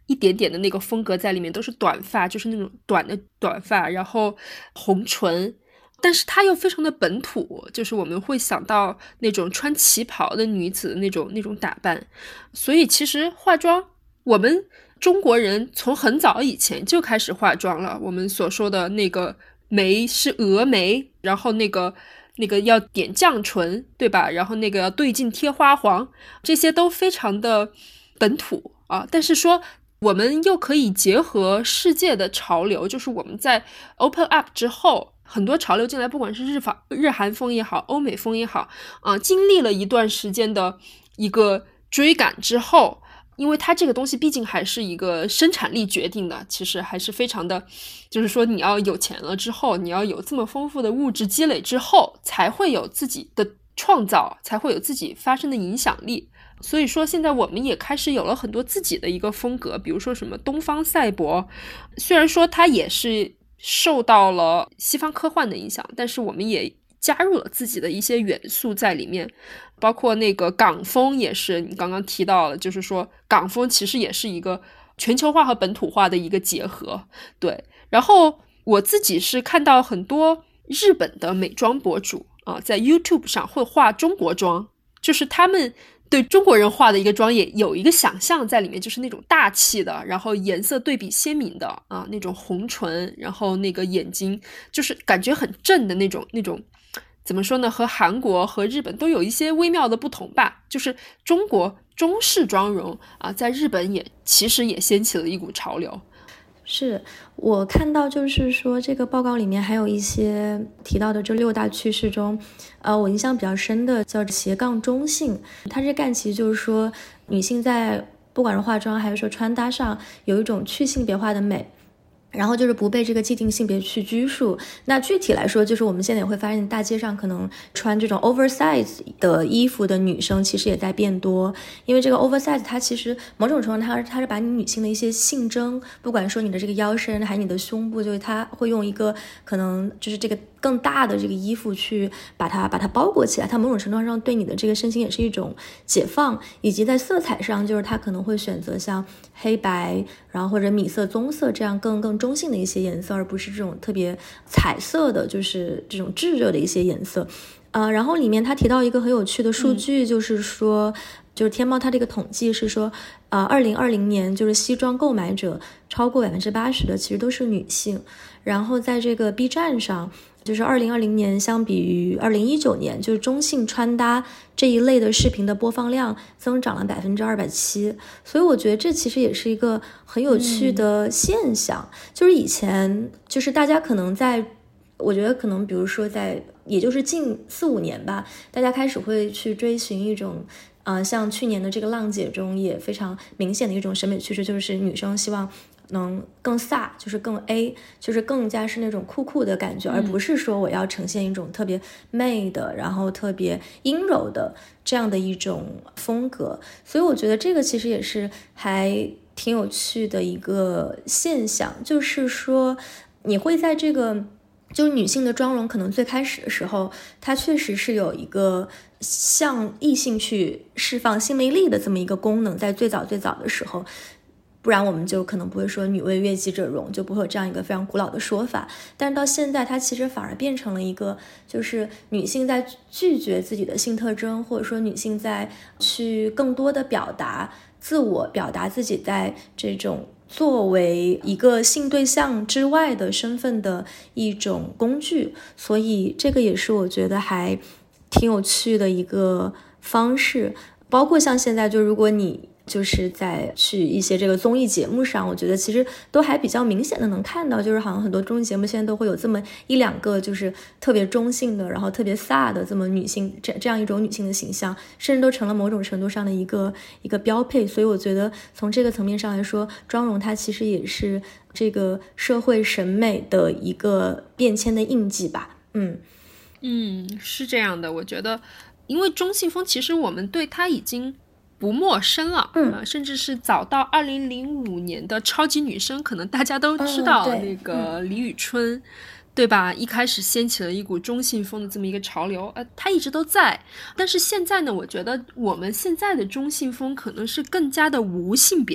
一点点的那个风格在里面，都是短发，就是那种短的短发，然后红唇，但是它又非常的本土，就是我们会想到那种穿旗袍的女子的那种那种打扮。所以其实化妆，我们中国人从很早以前就开始化妆了，我们所说的那个眉是蛾眉，然后那个那个要点绛唇，对吧？然后那个要对镜贴花黄，这些都非常的本土啊。但是说我们又可以结合世界的潮流，就是我们在 open up 之后，很多潮流进来，不管是日法日韩风也好，欧美风也好啊，经历了一段时间的一个追赶之后，因为它这个东西毕竟还是一个生产力决定的，其实还是非常的，就是说你要有钱了之后，你要有这么丰富的物质积累之后，才会有自己的创造，才会有自己发生的影响力。所以说现在我们也开始有了很多自己的一个风格，比如说什么东方赛博，虽然说它也是受到了西方科幻的影响，但是我们也加入了自己的一些元素在里面，包括那个港风也是你刚刚提到了，就是说港风其实也是一个全球化和本土化的一个结合。对，然后我自己是看到很多日本的美妆博主啊，在 YouTube 上会画中国妆，就是他们对中国人画的一个妆也有一个想象在里面，就是那种大气的，然后颜色对比鲜明的啊，那种红唇，然后那个眼睛就是感觉很正的那种那种怎么说呢，和韩国和日本都有一些微妙的不同吧。就是中国中式妆容啊，在日本也其实也掀起了一股潮流。 是我看到就是说这个报告里面还有一些提到的这六大趋势中，呃，我印象比较深的叫斜杠中性，它这干其实就是说女性在不管是化妆还是说穿搭上有一种去性别化的美，然后就是不被这个既定性别去拘束。那具体来说，就是我们现在也会发现大街上可能穿这种 oversize 的衣服的女生其实也在变多，因为这个 oversize 它其实某种程度它它是把你女性的一些性征，不管说你的这个腰身还是你的胸部，就是它会用一个可能就是这个更大的这个衣服去把它把它包裹起来，它某种程度上对你的这个身心也是一种解放。以及在色彩上，就是它可能会选择像黑白然后或者米色棕色这样更更中性的一些颜色，而不是这种特别彩色的就是这种炙热的一些颜色。呃，然后里面他提到一个很有趣的数据，就是说、嗯、就是天猫它这个统计是说呃，二零二零年就是西装购买者超过百分之八十的其实都是女性。然后在这个 B 站上，就是二零二零年相比于二零一九年，就是中性穿搭这一类的视频的播放量增长了百分之二百七，所以我觉得这其实也是一个很有趣的现象。嗯、就是以前就是大家可能在，我觉得可能比如说在也就是近四五年吧，大家开始会去追寻一种。呃，像去年的这个浪姐中也非常明显的一种审美趋势，就是女生希望能更飒，就是更 A， 就是更加是那种酷酷的感觉、嗯、而不是说我要呈现一种特别媚的然后特别阴柔的这样的一种风格。所以我觉得这个其实也是还挺有趣的一个现象，就是说你会在这个就是女性的妆容可能最开始的时候它确实是有一个向异性去释放性魅力的这么一个功能，在最早最早的时候，不然我们就可能不会说女为悦己者容，就不会有这样一个非常古老的说法。但是到现在它其实反而变成了一个就是女性在拒绝自己的性特征，或者说女性在去更多的表达自我，表达自己在这种作为一个性对象之外的身份的一种工具。所以这个也是我觉得还挺有趣的一个方式。包括像现在就如果你就是在去一些这个综艺节目上，我觉得其实都还比较明显的能看到，就是好像很多综艺节目现在都会有这么一两个就是特别中性的然后特别飒的这么女性这这样一种女性的形象，甚至都成了某种程度上的一个一个标配。所以我觉得从这个层面上来说，妆容它其实也是这个社会审美的一个变迁的印记吧。嗯嗯，是这样的。我觉得因为中性风其实我们对它已经不陌生了，嗯、呃，甚至是早到二零零五年的超级女声，可能大家都知道那个李宇春、嗯、对吧？一开始掀起了一股中性风的这么一个潮流，呃，它一直都在。但是现在呢，我觉得我们现在的中性风可能是更加的无性别了，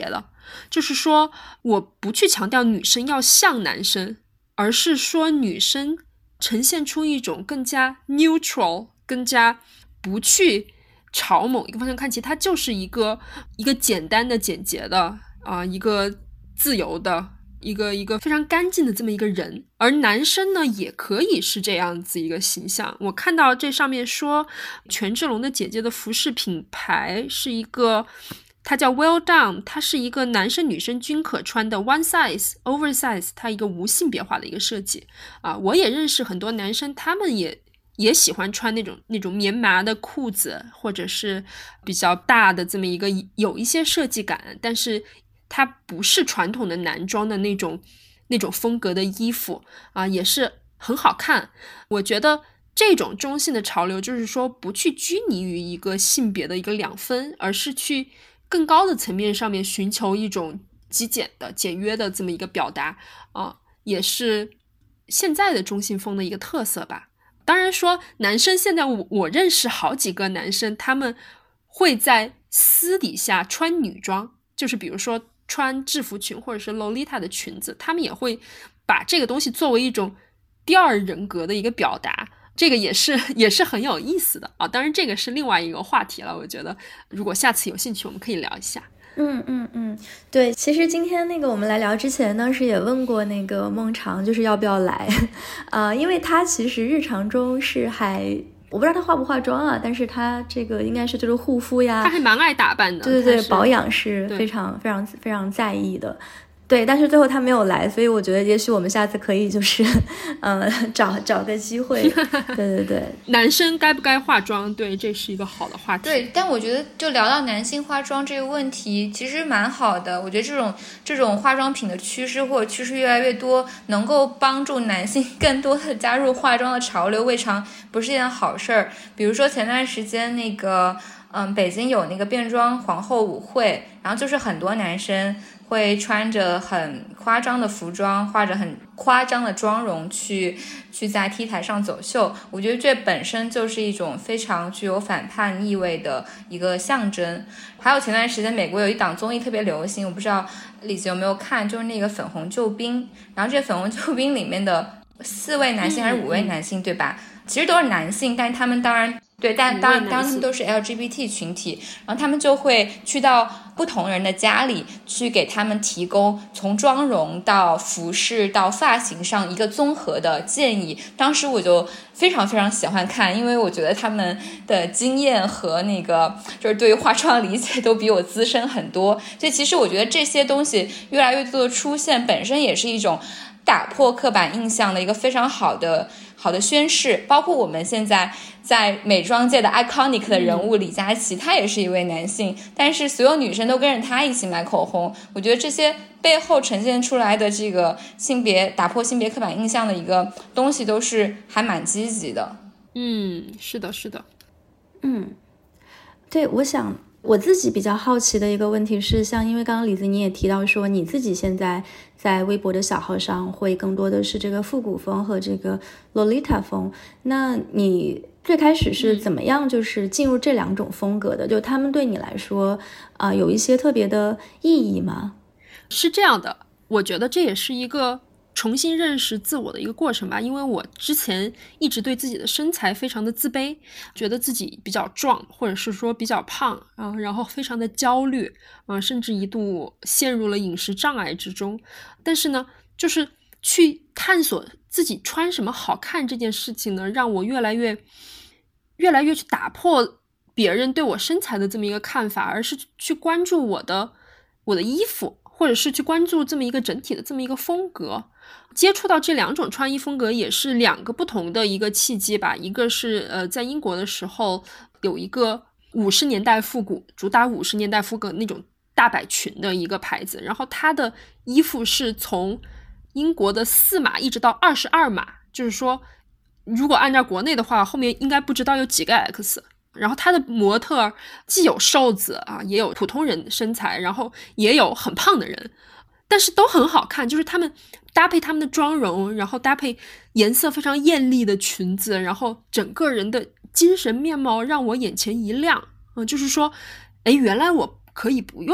就是说我不去强调女生要像男生，而是说女生呈现出一种更加 neutral， 更加不去朝某一个方向看齐，它就是一个一个简单的简洁的啊、呃，一个自由的一个一个非常干净的这么一个人。而男生呢也可以是这样子一个形象。我看到这上面说权志龙的姐姐的服饰品牌是一个，它叫 Well Done， 它是一个男生女生均可穿的 one size oversize， 它一个无性别化的一个设计啊。我也认识很多男生，他们也也喜欢穿那种那种棉麻的裤子，或者是比较大的这么一个有一些设计感，但是它不是传统的男装的那种那种风格的衣服啊，也是很好看。我觉得这种中性的潮流就是说不去拘泥于一个性别的一个两分，而是去更高的层面上面寻求一种极简的简约的这么一个表达啊，也是现在的中性风的一个特色吧。当然说男生现在 我, 我认识好几个男生，他们会在私底下穿女装，就是比如说穿制服裙或者是 Lolita 的裙子，他们也会把这个东西作为一种第二人格的一个表达，这个也是也是很有意思的啊。当然这个是另外一个话题了，我觉得如果下次有兴趣我们可以聊一下。 嗯嗯嗯，对，其实今天那个我们来聊之前，当时也问过那个孟尝，就是要不要来，呃，因为他其实日常中是还，我不知道他化不化妆啊，但是他这个应该是就是护肤呀， 他还蛮爱打扮的， 对对对，保养是非常非常非常在意的。对，但是最后他没有来，所以我觉得也许我们下次可以就是呃找找个机会。对对对， 男生该不该化妆，对，这是一个好的话题。 对，但我觉得就聊到男性化妆这个问题其实蛮好的，我觉得这种这种化妆品的趋势或者趋势越来越多，能够帮助男性更多的加入化妆的潮流，未尝不是一件好事儿。比如说前段时间那个嗯，北京有那个变装皇后舞会，然后就是很多男生会穿着很夸张的服装，画着很夸张的妆容去去在 T 台上走秀。我觉得这本身就是一种非常具有反叛意味的一个象征。还有前段时间美国有一档综艺特别流行，我不知道李子有没有看，就是那个粉红救兵。然后这粉红救兵里面的四位男性还是五位男性、嗯、对吧，其实都是男性，但他们当然对，但当然，当然他们都是 L G B T 群体，然后他们就会去到不同人的家里，去给他们提供从妆容到服饰到发型上一个综合的建议。当时我就非常非常喜欢看，因为我觉得他们的经验和那个就是对于化妆的理解都比我资深很多。所以其实我觉得这些东西越来越多的出现，本身也是一种打破刻板印象的一个非常好的好的宣示。包括我们现在在美妆界的 iconic 的人物李佳琦、嗯、他也是一位男性，但是所有女生都跟着他一起买口红。我觉得这些背后呈现出来的这个性别打破性别刻板印象的一个东西都是还蛮积极的。 嗯，是的是的。 嗯，对，我想我自己比较好奇的一个问题是，像因为刚刚李子你也提到说你自己现在在微博的小号上会更多的是这个复古风和这个 Lolita 风，那你最开始是怎么样就是进入这两种风格的？就他们对你来说啊、呃，有一些特别的意义吗？ 是这样的，我觉得这也是一个重新认识自我的一个过程吧。因为我之前一直对自己的身材非常的自卑，觉得自己比较壮，或者是说比较胖啊，然后非常的焦虑啊，甚至一度陷入了饮食障碍之中。但是呢，就是去探索自己穿什么好看这件事情呢，让我越来越越来越去打破别人对我身材的这么一个看法，而是去关注我的我的衣服，或者是去关注这么一个整体的这么一个风格。接触到这两种穿衣风格也是两个不同的一个契机吧。一个是呃，在英国的时候有一个五十年代复古，主打五十年代复古那种大摆裙的一个牌子，然后它的衣服是从英国的四码一直到二十二码，就是说如果按照国内的话，后面应该不知道有几个 X。然后他的模特既有瘦子啊，也有普通人身材，然后也有很胖的人，但是都很好看。就是他们搭配他们的妆容，然后搭配颜色非常艳丽的裙子，然后整个人的精神面貌让我眼前一亮。嗯、呃，就是说，哎，原来我可以不用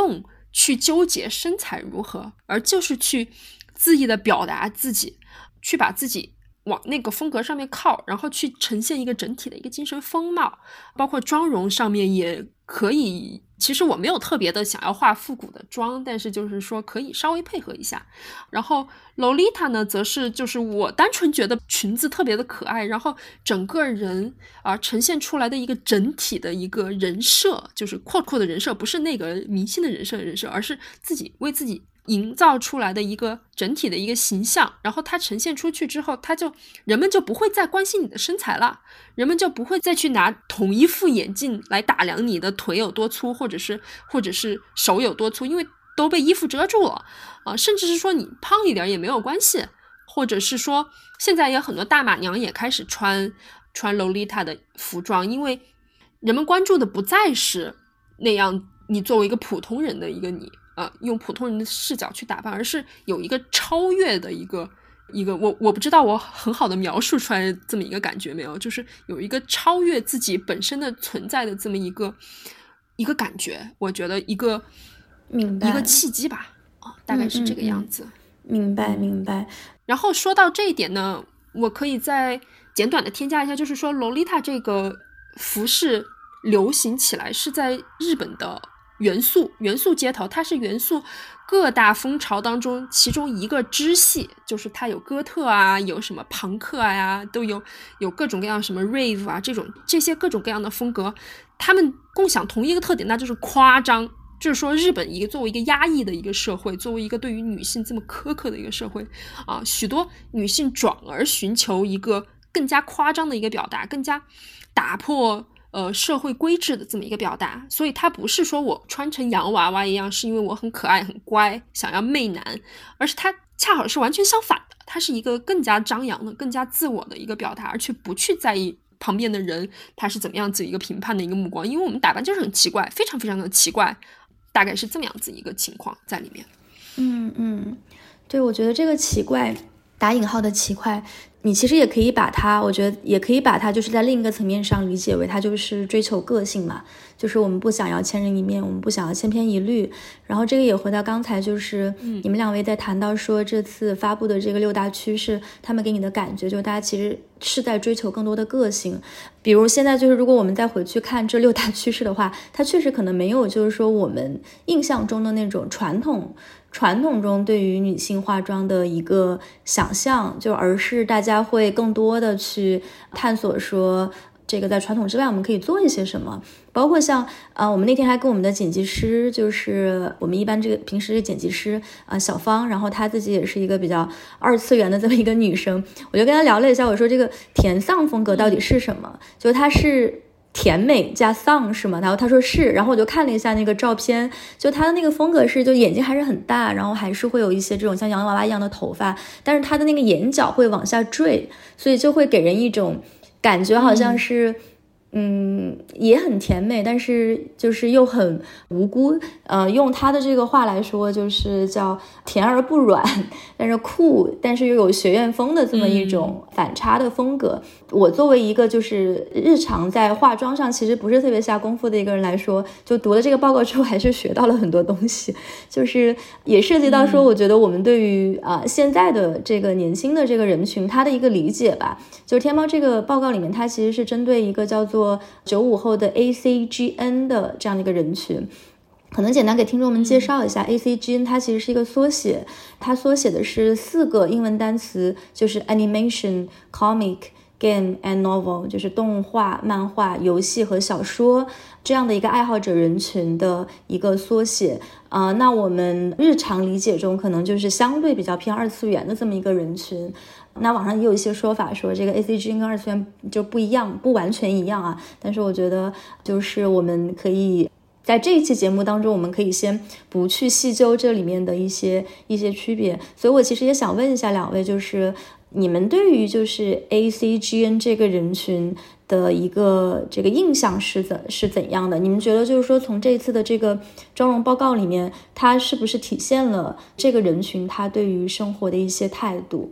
去纠结身材如何，而就是去恣意的表达自己，去把自己往那个风格上面靠，然后去呈现一个整体的一个精神风貌。包括妆容上面也可以，其实我没有特别的想要画复古的妆，但是就是说可以稍微配合一下。然后 Lolita 呢则是就是我单纯觉得裙子特别的可爱，然后整个人啊、呃、呈现出来的一个整体的一个人设，就是阔阔的人设，不是那个明星的人设人设，而是自己为自己营造出来的一个整体的一个形象。然后它呈现出去之后，它就人们就不会再关心你的身材了，人们就不会再去拿同一副眼镜来打量你的腿有多粗，或者是或者是手有多粗，因为都被衣服遮住了啊、呃，甚至是说你胖一点也没有关系，或者是说现在也很多大码娘也开始穿穿 Lolita 的服装，因为人们关注的不再是那样你作为一个普通人的一个你呃，用普通人的视角去打扮，而是有一个超越的一个一个我我不知道我很好的描述出来这么一个感觉没有，就是有一个超越自己本身的存在的这么一个一个感觉，我觉得一个明白一个契机吧，啊，大概是这个样子。 嗯嗯嗯、明白明白。 然后说到这一点呢，我可以再简短的添加一下，就是说 Lolita 这个服饰流行起来是在日本的元素元素街头，它是元素各大风潮当中其中一个支系，就是它有哥特啊，有什么朋克啊呀，都有有各种各样什么 rave 啊，这种这些各种各样的风格，他们共享同一个特点，那就是夸张。就是说日本一个作为一个压抑的一个社会，作为一个对于女性这么苛刻的一个社会啊，许多女性转而寻求一个更加夸张的一个表达，更加打破呃，社会规制的这么一个表达。所以它不是说我穿成洋娃娃一样是因为我很可爱很乖想要媚男，而是它恰好是完全相反的，它是一个更加张扬的更加自我的一个表达，而且不去在意旁边的人他是怎么样子一个评判的一个目光，因为我们打扮就是很奇怪，非常非常的奇怪，大概是这么样子一个情况在里面。 嗯嗯，对，我觉得这个奇怪打引号的奇怪，你其实也可以把它，我觉得也可以把它就是在另一个层面上理解为它就是追求个性嘛，就是我们不想要千人一面，我们不想要千篇一律。然后这个也回到刚才就是你们两位在谈到说这次发布的这个六大趋势，他们给你的感觉就是大家其实是在追求更多的个性。比如现在就是如果我们再回去看这六大趋势的话，它确实可能没有就是说我们印象中的那种传统传统中对于女性化妆的一个想象，就而是大家会更多的去探索说这个在传统之外我们可以做一些什么。包括像呃，我们那天还跟我们的剪辑师，就是我们一般这个平时剪辑师啊、呃、小芳，然后她自己也是一个比较二次元的这么一个女生，我就跟她聊了一下，我说这个甜丧风格到底是什么，就它是甜美加丧是吗？然后他说是，然后我就看了一下那个照片，就他的那个风格是就眼睛还是很大，然后还是会有一些这种像洋娃娃一样的头发，但是他的那个眼角会往下坠，所以就会给人一种感觉好像是嗯也很甜美，但是就是又很无辜，呃，用他的这个话来说就是叫甜而不软，但是酷但是又有学院风的这么一种反差的风格、嗯、我作为一个就是日常在化妆上其实不是特别下功夫的一个人来说，就读了这个报告之后还是学到了很多东西，就是也涉及到说我觉得我们对于啊、呃、现在的这个年轻的这个人群他的一个理解吧。就是天猫这个报告里面它其实是针对一个叫做九五后的 A C G N 的这样的一个人群，可能简单给听众们介绍一下、嗯、A C G N 它其实是一个缩写，它缩写的是四个英文单词，就是 Animation, Comic, Game and Novel， 就是动画、漫画、游戏和小说这样的一个爱好者人群的一个缩写啊、呃。那我们日常理解中可能就是相对比较偏二次元的这么一个人群。那网上也有一些说法说这个 A C G 跟二次元就不一样，不完全一样啊，但是我觉得就是我们可以在这一期节目当中我们可以先不去细究这里面的一些一些区别。所以我其实也想问一下两位，就是你们对于就是 A C G N 这个人群的一个这个印象是怎是怎样的？你们觉得就是说从这一次的这个妆容报告里面，它是不是体现了这个人群他对于生活的一些态度？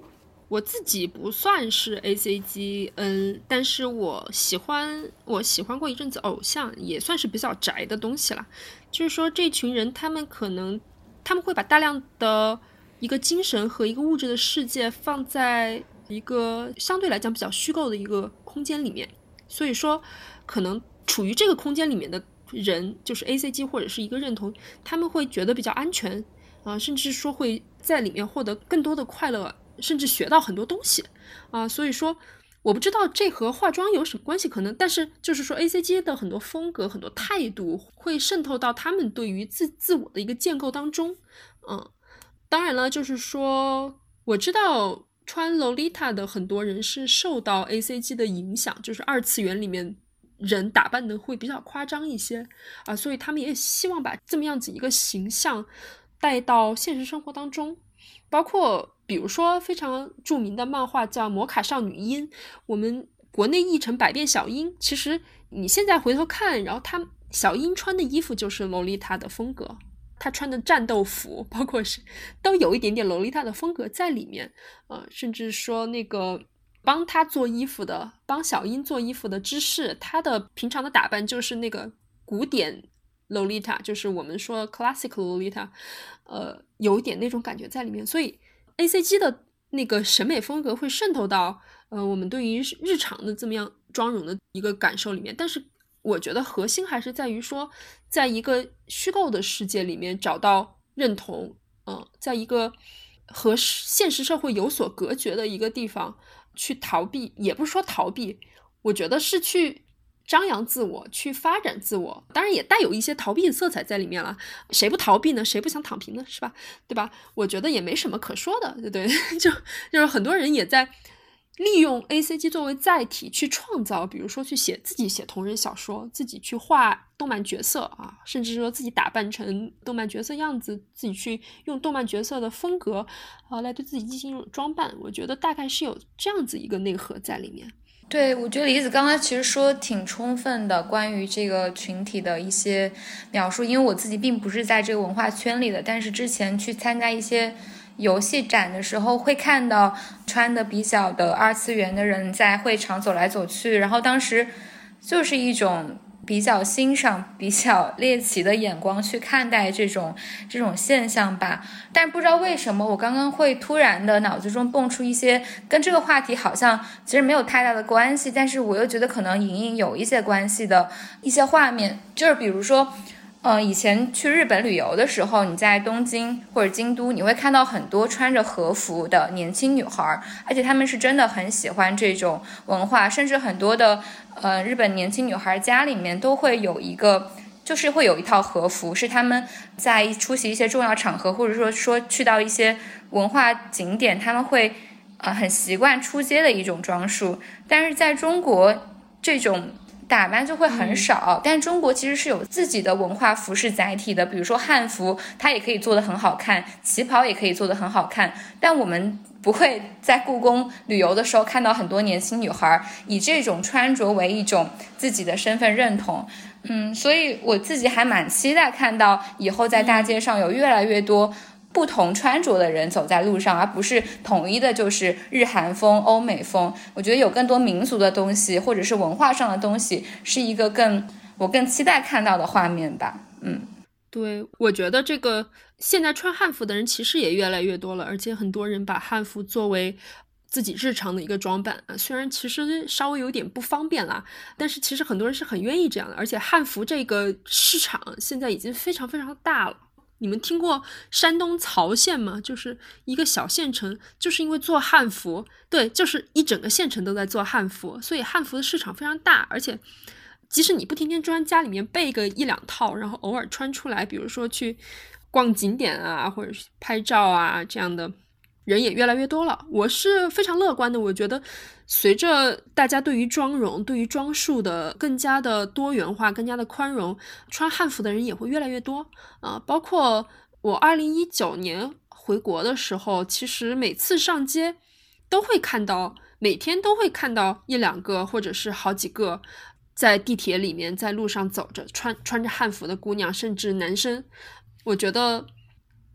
我自己不算是 A C G， 嗯，但是我喜欢我喜欢过一阵子偶像，也算是比较宅的东西啦。就是说这群人他们可能他们会把大量的一个精神和一个物质的世界放在一个相对来讲比较虚构的一个空间里面，所以说可能处于这个空间里面的人，就是 A C G 或者是一个认同，他们会觉得比较安全啊、呃，甚至说会在里面获得更多的快乐，甚至学到很多东西啊、呃，所以说我不知道这和化妆有什么关系，可能，但是就是说 A C G 的很多风格、很多态度会渗透到他们对于自自我的一个建构当中，嗯，当然了，就是说我知道穿 Lolita 的很多人是受到 A C G 的影响，就是二次元里面人打扮的会比较夸张一些啊，所以他们也希望把这么样子一个形象带到现实生活当中，包括比如说非常著名的漫画叫《魔卡少女樱》，我们国内译成百变小樱，其实你现在回头看，然后她小樱穿的衣服就是 Lolita 的风格，她穿的战斗服包括是都有一点点 Lolita 的风格在里面，呃，甚至说那个帮她做衣服的帮小樱做衣服的芝士，她的平常的打扮就是那个古典Lolita， 就是我们说 classic Lolita， 呃，有一点那种感觉在里面，所以 A C G 的那个审美风格会渗透到呃我们对于日常的这么样妆容的一个感受里面，但是我觉得核心还是在于说，在一个虚构的世界里面找到认同，嗯、呃，在一个和现实社会有所隔绝的一个地方去逃避，也不是说逃避，我觉得是去张扬自我，去发展自我，当然也带有一些逃避的色彩在里面了。谁不逃避呢？谁不想躺平呢？是吧？对吧？我觉得也没什么可说的，对对，就就是很多人也在利用 A C G 作为载体去创造，比如说去写自己写同人小说，自己去画动漫角色啊，甚至说自己打扮成动漫角色样子，自己去用动漫角色的风格啊来对自己进行一种装扮。我觉得大概是有这样子一个内核在里面。 对，我觉得李子刚才其实说挺充分的，关于这个群体的一些描述，因为我自己并不是在这个文化圈里的，但是之前去参加一些游戏展的时候，会看到穿的比较的二次元的人在会场走来走去，然后当时就是一种比较欣赏、比较猎奇的眼光去看待这种这种现象吧。但不知道为什么，我刚刚会突然的脑子中蹦出一些跟这个话题好像其实没有太大的关系，但是我又觉得可能隐隐有一些关系的一些画面，就是比如说呃，以前去日本旅游的时候，你在东京或者京都，你会看到很多穿着和服的年轻女孩，而且她们是真的很喜欢这种文化，甚至很多的呃日本年轻女孩家里面都会有一个，就是会有一套和服，是她们在出席一些重要场合，或者说说去到一些文化景点，她们会呃很习惯出街的一种装束。但是在中国这种打扮就会很少、嗯、但中国其实是有自己的文化服饰载体的，比如说汉服它也可以做得很好看，旗袍也可以做得很好看，但我们不会在故宫旅游的时候看到很多年轻女孩以这种穿着为一种自己的身份认同。嗯，所以我自己还蛮期待看到以后在大街上有越来越多不同穿着的人走在路上，而不是统一的就是日韩风、欧美风。我觉得有更多民族的东西或者是文化上的东西是一个更我更期待看到的画面吧。嗯， 对，我觉得这个现在穿汉服的人其实也越来越多了，而且很多人把汉服作为自己日常的一个装扮啊，虽然其实稍微有点不方便啦，但是其实很多人是很愿意这样的，而且汉服这个市场现在已经非常非常大了。你们听过山东曹县吗？就是一个小县城，就是因为做汉服，对，就是一整个县城都在做汉服，所以汉服的市场非常大，而且即使你不天天穿，家里面备个一两套，然后偶尔穿出来，比如说去逛景点啊，或者是拍照啊，这样的人也越来越多了。我是非常乐观的，我觉得随着大家对于妆容、对于装束的更加的多元化、更加的宽容，穿汉服的人也会越来越多啊、呃。包括我二零一九年回国的时候，其实每次上街都会看到，每天都会看到一两个或者是好几个在地铁里面、在路上走着穿穿着汉服的姑娘，甚至男生。我觉得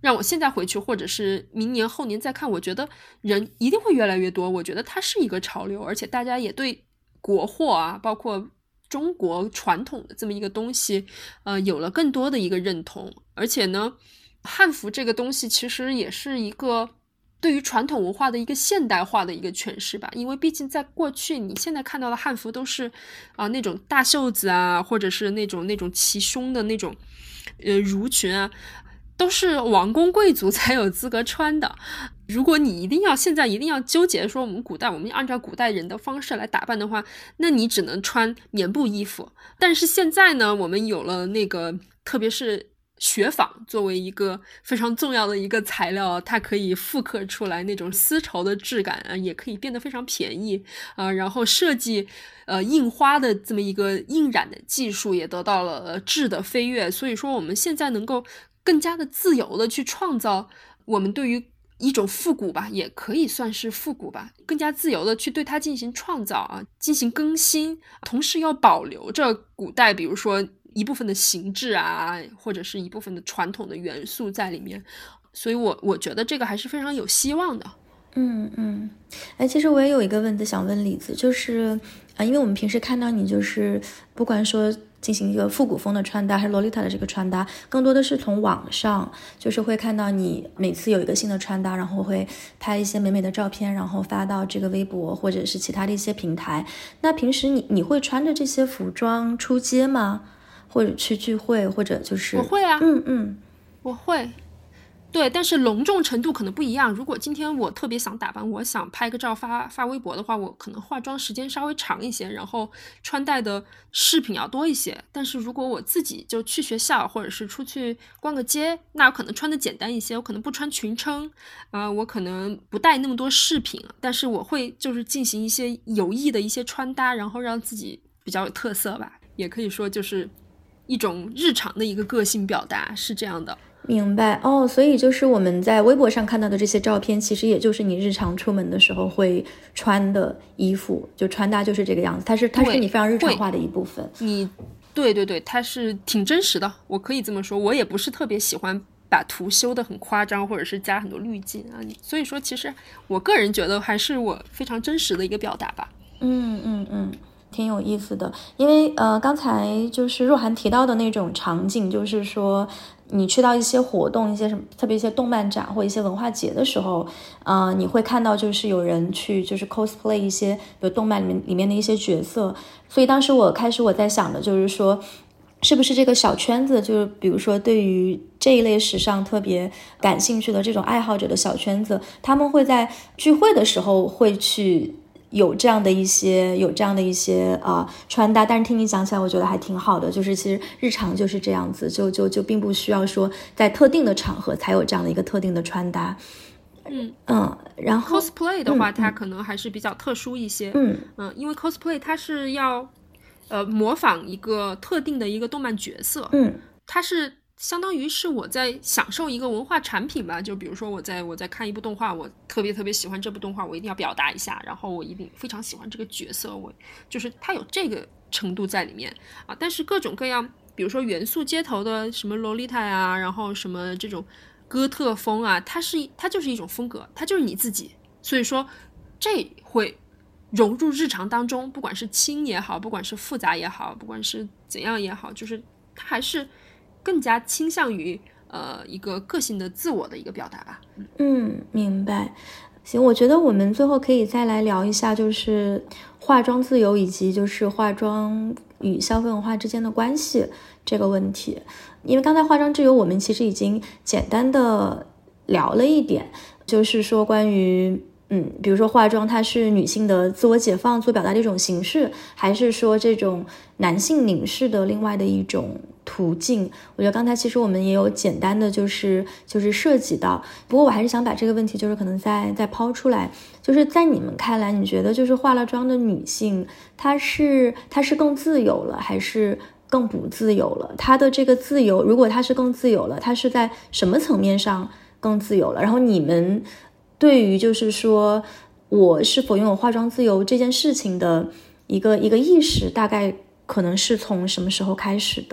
让我现在回去，或者是明年后年再看，我觉得人一定会越来越多。我觉得它是一个潮流，而且大家也对国货啊，包括中国传统的这么一个东西，呃，有了更多的一个认同。而且呢，汉服这个东西其实也是一个对于传统文化的一个现代化的一个诠释吧。因为毕竟在过去，你现在看到的汉服都是啊、呃、那种大袖子啊，或者是那种那种齐胸的那种呃襦裙啊，都是王公贵族才有资格穿的。如果你一定要现在一定要纠结说我们古代我们按照古代人的方式来打扮的话，那你只能穿棉布衣服。但是现在呢，我们有了那个特别是雪纺作为一个非常重要的一个材料，它可以复刻出来那种丝绸的质感啊，也可以变得非常便宜啊、呃。然后设计呃印花的这么一个印染的技术也得到了质的飞跃，所以说我们现在能够更加的自由的去创造我们对于一种复古吧，也可以算是复古吧，更加自由的去对它进行创造啊，进行更新，同时要保留着古代比如说一部分的形制啊，或者是一部分的传统的元素在里面。所以我我觉得这个还是非常有希望的。 嗯嗯，哎，其实我也有一个问题想问李子，就是啊，因为我们平时看到你就是不管说进行一个复古风的穿搭还是洛丽塔的这个穿搭，更多的是从网上就是会看到你每次有一个新的穿搭，然后会拍一些美美的照片，然后发到这个微博或者是其他的一些平台。那平时你你会穿着这些服装出街吗？或者去聚会，或者就是我会啊， 嗯嗯， 我会。对，但是隆重程度可能不一样。如果今天我特别想打扮，我想拍个照发发微博的话，我可能化妆时间稍微长一些，然后穿戴的饰品要多一些。但是如果我自己就去学校或者是出去逛个街，那我可能穿的简单一些，我可能不穿裙撑，呃，我可能不带那么多饰品，但是我会就是进行一些有意的一些穿搭，然后让自己比较有特色吧，也可以说就是一种日常的一个个性表达，是这样的。 明白哦，所以就是我们在微博上看到的这些照片，其实也就是你日常出门的时候会穿的衣服，就穿搭就是这个样子，它是它是你非常日常化的一部分。 你对对对，它是挺真实的，我可以这么说。我也不是特别喜欢把图修得很夸张，或者是加很多滤镜啊，所以说其实我个人觉得还是我非常真实的一个表达吧。 嗯嗯嗯。挺有意思的，因为呃，刚才就是若涵提到的那种场景，就是说你去到一些活动，一些什么，特别一些动漫展或一些文化节的时候，呃，你会看到就是有人去就是 cosplay 一些，比如动漫里面里面的一些角色，所以当时我开始我在想的就是说，是不是这个小圈子，就是比如说对于这一类时尚特别感兴趣的这种爱好者的小圈子，他们会在聚会的时候会去有这样的一些有这样的一些啊、呃、穿搭，但是听你讲起来我觉得还挺好的，就是其实日常就是这样子，就就就并不需要说在特定的场合才有这样的一个特定的穿搭。 嗯嗯，然后 cosplay 的话、 嗯、 它可能还是比较特殊一些。 嗯嗯，因为 cosplay 它是要呃模仿一个特定的一个动漫角色。 嗯， 它是相当于是我在享受一个文化产品吧，就比如说我在我在看一部动画，我特别特别喜欢这部动画，我一定要表达一下，然后我一定非常喜欢这个角色，我就是它有这个程度在里面啊。但是各种各样，比如说元素街头的什么洛丽塔呀，然后什么这种哥特风啊，它是它就是一种风格，它就是你自己，所以说这会融入日常当中，不管是轻也好，不管是复杂也好，不管是怎样也好，就是它还是更加倾向于呃一个个性的自我的一个表达吧。 嗯，明白。行，我觉得我们最后可以再来聊一下，就是化妆自由以及就是化妆与消费文化之间的关系这个问题。因为刚才化妆自由我们其实已经简单的聊了一点，就是说关于嗯，比如说化妆它是女性的自我解放、自我表达的一种形式，还是说这种男性凝视的另外的一种途径？我觉得刚才其实我们也有简单的就是就是涉及到，不过我还是想把这个问题就是可能再再抛出来，就是在你们看来，你觉得就是化了妆的女性，她是她是更自由了，还是更不自由了？她的这个自由，如果她是更自由了，她是在什么层面上更自由了？然后你们对于就是说我是否拥有化妆自由这件事情的一个一个意识，大概可能是从什么时候开始的？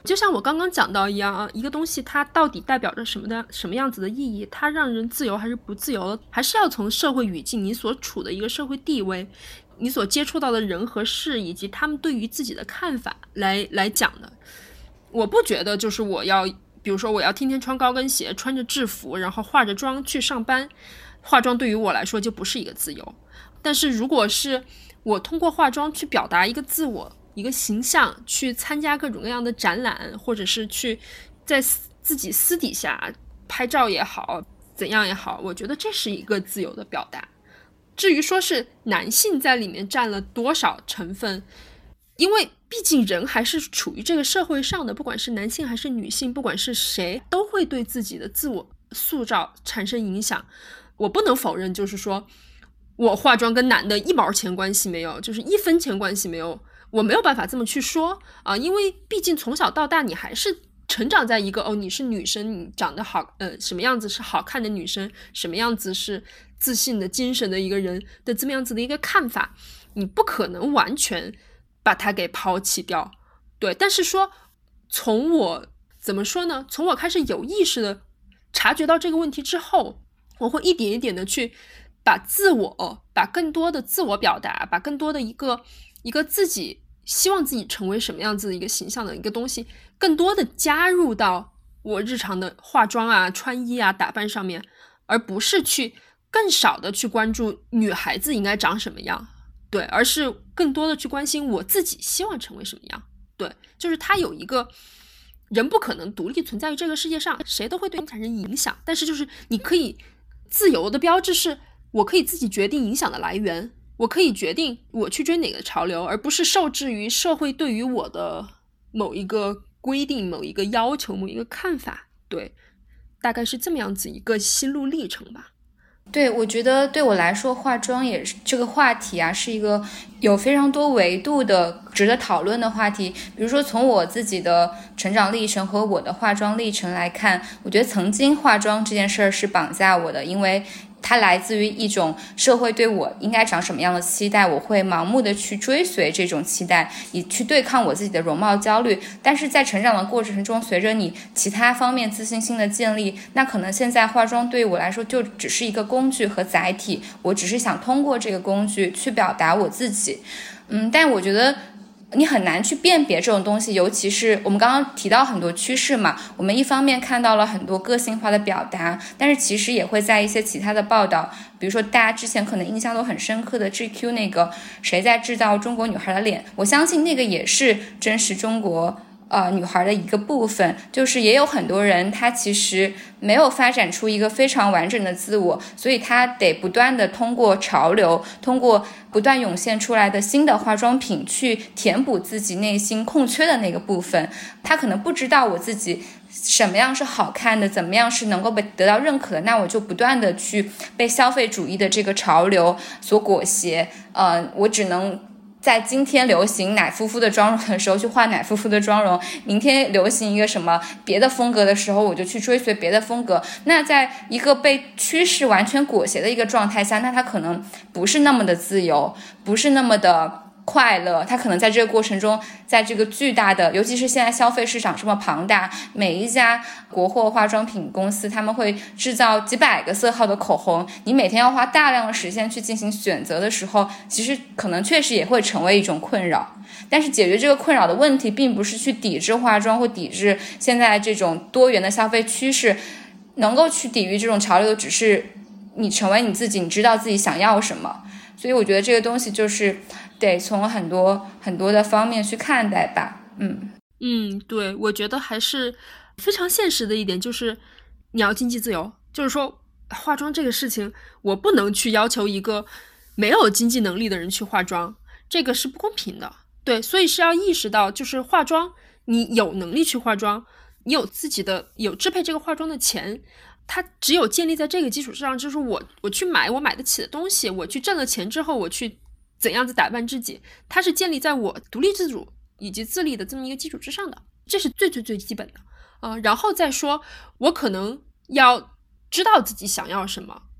就像我刚刚讲到一样啊，一个东西它到底代表着什么的什么样子的意义，它让人自由还是不自由，还是要从社会语境，你所处的一个社会地位，你所接触到的人和事，以及他们对于自己的看法来来讲的。我不觉得就是我要比如说我要天天穿高跟鞋，穿着制服，然后化着妆去上班，化妆对于我来说就不是一个自由。但是如果是我通过化妆去表达一个自我一个形象，去参加各种各样的展览，或者是去在自己私底下拍照也好，怎样也好，我觉得这是一个自由的表达。至于说是男性在里面占了多少成分，因为毕竟人还是处于这个社会上的，不管是男性还是女性，不管是谁，都会对自己的自我塑造产生影响。我不能否认，就是说我化妆跟男的一毛钱关系没有，就是一分钱关系没有，我没有办法这么去说啊，因为毕竟从小到大你还是成长在一个哦，你是女生，你长得好，呃，什么样子是好看的女生，什么样子是自信的、精神的一个人的这么样子的一个看法，你不可能完全把它给抛弃掉。对，但是说从我怎么说呢？从我开始有意识的察觉到这个问题之后，我会一点一点的去把自我，把更多的自我表达，把更多的一个一个自己希望自己成为什么样子的一个形象的一个东西，更多的加入到我日常的化妆啊、穿衣啊、打扮上面，而不是去更少的去关注女孩子应该长什么样，对，而是更多的去关心我自己希望成为什么样。对，就是它有一个人不可能独立存在于这个世界上，谁都会对你产生影响，但是就是你可以自由的标志是我可以自己决定影响的来源，我可以决定我去追哪个潮流，而不是受制于社会对于我的某一个规定、某一个要求、某一个看法。对，大概是这么样子一个心路历程吧。 对，我觉得对我来说化妆也是这个话题啊，是一个有非常多维度的值得讨论的话题。比如说从我自己的成长历程和我的化妆历程来看，我觉得曾经化妆这件事儿是绑架我的，因为它来自于一种社会对我应该长什么样的期待，我会盲目的去追随这种期待，以去对抗我自己的容貌焦虑。但是在成长的过程中，随着你其他方面自信心的建立，那可能现在化妆对于我来说就只是一个工具和载体，我只是想通过这个工具去表达我自己。嗯，但我觉得你很难去辨别这种东西，尤其是我们刚刚提到很多趋势嘛，我们一方面看到了很多个性化的表达，但是其实也会在一些其他的报道，比如说大家之前可能印象都很深刻的 G Q 那个谁在制造中国女孩的脸，我相信那个也是真实中国呃，女孩的一个部分，就是也有很多人他其实没有发展出一个非常完整的自我，所以他得不断的通过潮流，通过不断涌现出来的新的化妆品去填补自己内心空缺的那个部分。他可能不知道我自己什么样是好看的，怎么样是能够被得到认可的，那我就不断的去被消费主义的这个潮流所裹挟，呃，我只能在今天流行奶夫妇的妆容的时候去画奶夫妇的妆容，明天流行一个什么别的风格的时候我就去追随别的风格。那在一个被趋势完全裹挟的一个状态下，那它可能不是那么的自由，不是那么的快乐，它可能在这个过程中，在这个巨大的，尤其是现在消费市场这么庞大，每一家国货化妆品公司他们会制造几百个色号的口红，你每天要花大量的时间去进行选择的时候，其实可能确实也会成为一种困扰。但是解决这个困扰的问题并不是去抵制化妆或抵制现在这种多元的消费趋势，能够去抵御这种潮流只是你成为你自己，你知道自己想要什么。所以我觉得这个东西就是得从很多很多的方面去看待吧。嗯嗯，对，我觉得还是非常现实的一点，就是你要经济自由，就是说化妆这个事情我不能去要求一个没有经济能力的人去化妆，这个是不公平的。对，所以是要意识到，就是化妆你有能力去化妆，你有自己的有支配这个化妆的钱，它只有建立在这个基础上，就是我我去买我买得起的东西，我去挣了钱之后我去怎样子打扮自己，它是建立在我独立自主以及自立的这么一个基础之上的，这是最最最基本的啊、呃。然后再说我可能要知道自己想要什么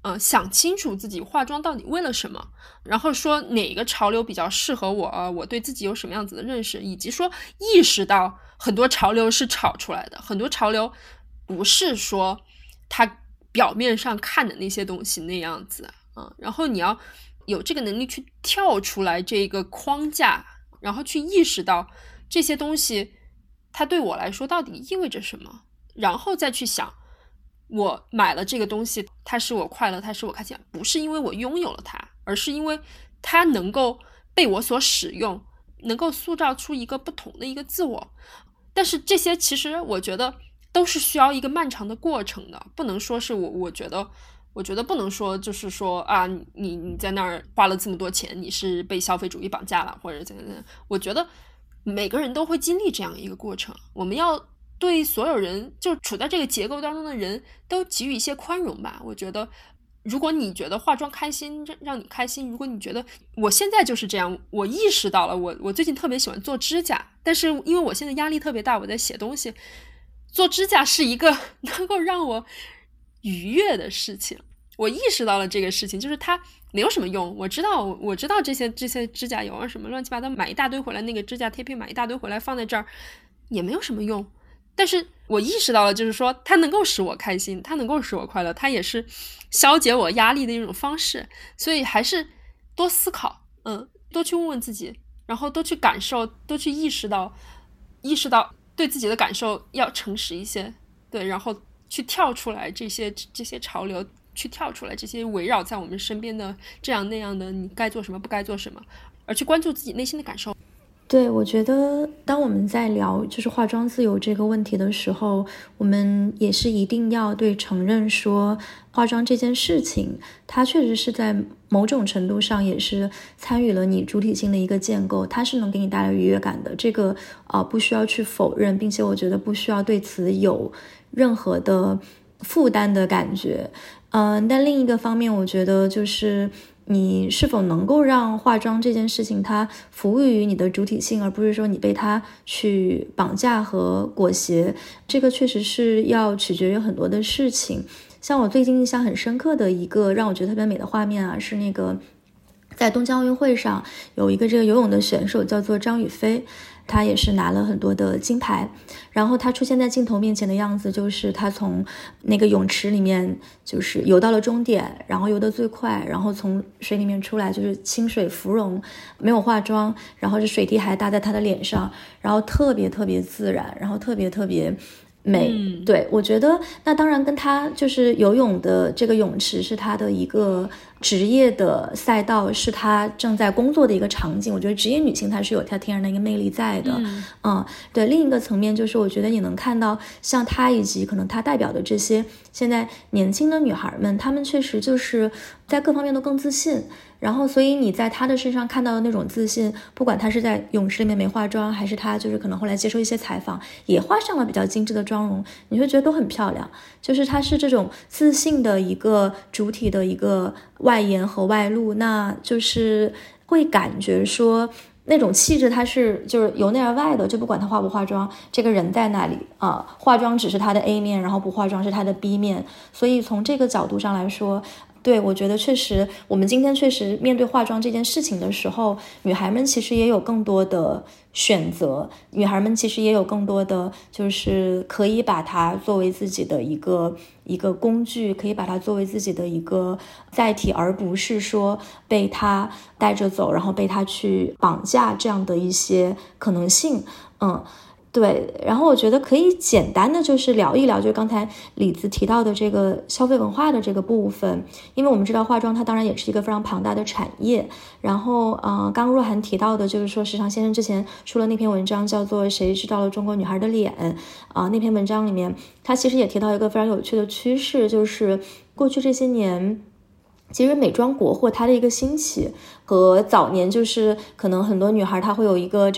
呃，想清楚自己化妆到底为了什么，然后说哪个潮流比较适合我，呃、我对自己有什么样子的认识，以及说意识到很多潮流是炒出来的，很多潮流不是说它表面上看的那些东西那样子，嗯，然后你要有这个能力去跳出来这个框架，然后去意识到这些东西它对我来说到底意味着什么，然后再去想我买了这个东西它使我快乐，它使我开心，不是因为我拥有了它，而是因为它能够被我所使用，能够塑造出一个不同的一个自我。但是这些其实我觉得都是需要一个漫长的过程的，不能说是我我觉得我觉得不能说就是说啊，你你在那儿花了这么多钱，你是被消费主义绑架了或者怎样怎样。我觉得每个人都会经历这样一个过程，我们要对所有人就处在这个结构当中的人都给予一些宽容吧。我觉得如果你觉得化妆开心让你开心，如果你觉得我现在就是这样，我意识到了我我最近特别喜欢做指甲，但是因为我现在压力特别大，我在写东西，做指甲是一个能够让我愉悦的事情，我意识到了这个事情，就是它没有什么用，我知道我知道这些这些指甲油啊什么乱七八糟，买一大堆回来，那个指甲贴片买一大堆回来放在这儿也没有什么用，但是我意识到了，就是说它能够使我开心，它能够使我快乐，它也是消解我压力的一种方式。所以还是多思考，嗯，多去问问自己，然后多去感受，多去意识到意识到对自己的感受要诚实一些，对，然后去跳出来这些这些潮流，去跳出来这些围绕在我们身边的这样那样的你该做什么不该做什么，而去关注自己内心的感受。 对，我觉得当我们在聊就是化妆自由这个问题的时候，我们也是一定要对承认说化妆这件事情它确实是在某种程度上也是参与了你主体性的一个建构，它是能给你带来愉悦感的，这个呃不需要去否认，并且我觉得不需要对此有任何的负担的感觉。嗯、呃，但另一个方面我觉得就是你是否能够让化妆这件事情它服务于你的主体性，而不是说你被它去绑架和裹挟，这个确实是要取决于很多的事情。像我最近印象很深刻的一个让我觉得特别美的画面啊，是那个在东京奥运会上有一个这个游泳的选手叫做张雨霏，他也是拿了很多的金牌，然后他出现在镜头面前的样子就是他从那个泳池里面就是游到了终点，然后游得最快，然后从水里面出来就是清水芙蓉，没有化妆，然后这水滴还打在他的脸上，然后特别特别自然，然后特别特别美、嗯、对，我觉得那当然跟他就是游泳的这个泳池是他的一个职业的赛道，是他正在工作的一个场景，我觉得职业女性她是有她天然的一个魅力在的。 嗯, 嗯对，另一个层面就是我觉得你能看到像她以及可能她代表的这些现在年轻的女孩们，她们确实就是在各方面都更自信，然后所以你在她的身上看到的那种自信，不管她是在泳池里面没化妆，还是她就是可能后来接受一些采访也画上了比较精致的妆容，你会觉得都很漂亮，就是她是这种自信的一个主体的一个外延和外露，那就是会感觉说那种气质它是就是由内而外的，就不管她化不化妆，这个人在那里啊、呃，化妆只是她的 A 面，然后不化妆是她的 B 面，所以从这个角度上来说，对，我觉得确实我们今天确实面对化妆这件事情的时候，女孩们其实也有更多的选择，女孩们其实也有更多的就是可以把它作为自己的一个一个工具，可以把它作为自己的一个载体，而不是说被它带着走，然后被它去绑架这样的一些可能性。嗯对，然后我觉得可以简单的就是聊一聊，就是刚才李子提到的这个消费文化的这个部分，因为我们知道化妆它当然也是一个非常庞大的产业，然后呃，刚若涵提到的就是说时尚先生之前出了那篇文章叫做谁知道了中国女孩的脸啊、呃，那篇文章里面他其实也提到一个非常有趣的趋势，就是过去这些年其实美妆国货它的一个兴起和早年就是可能很多女孩她会有一个这种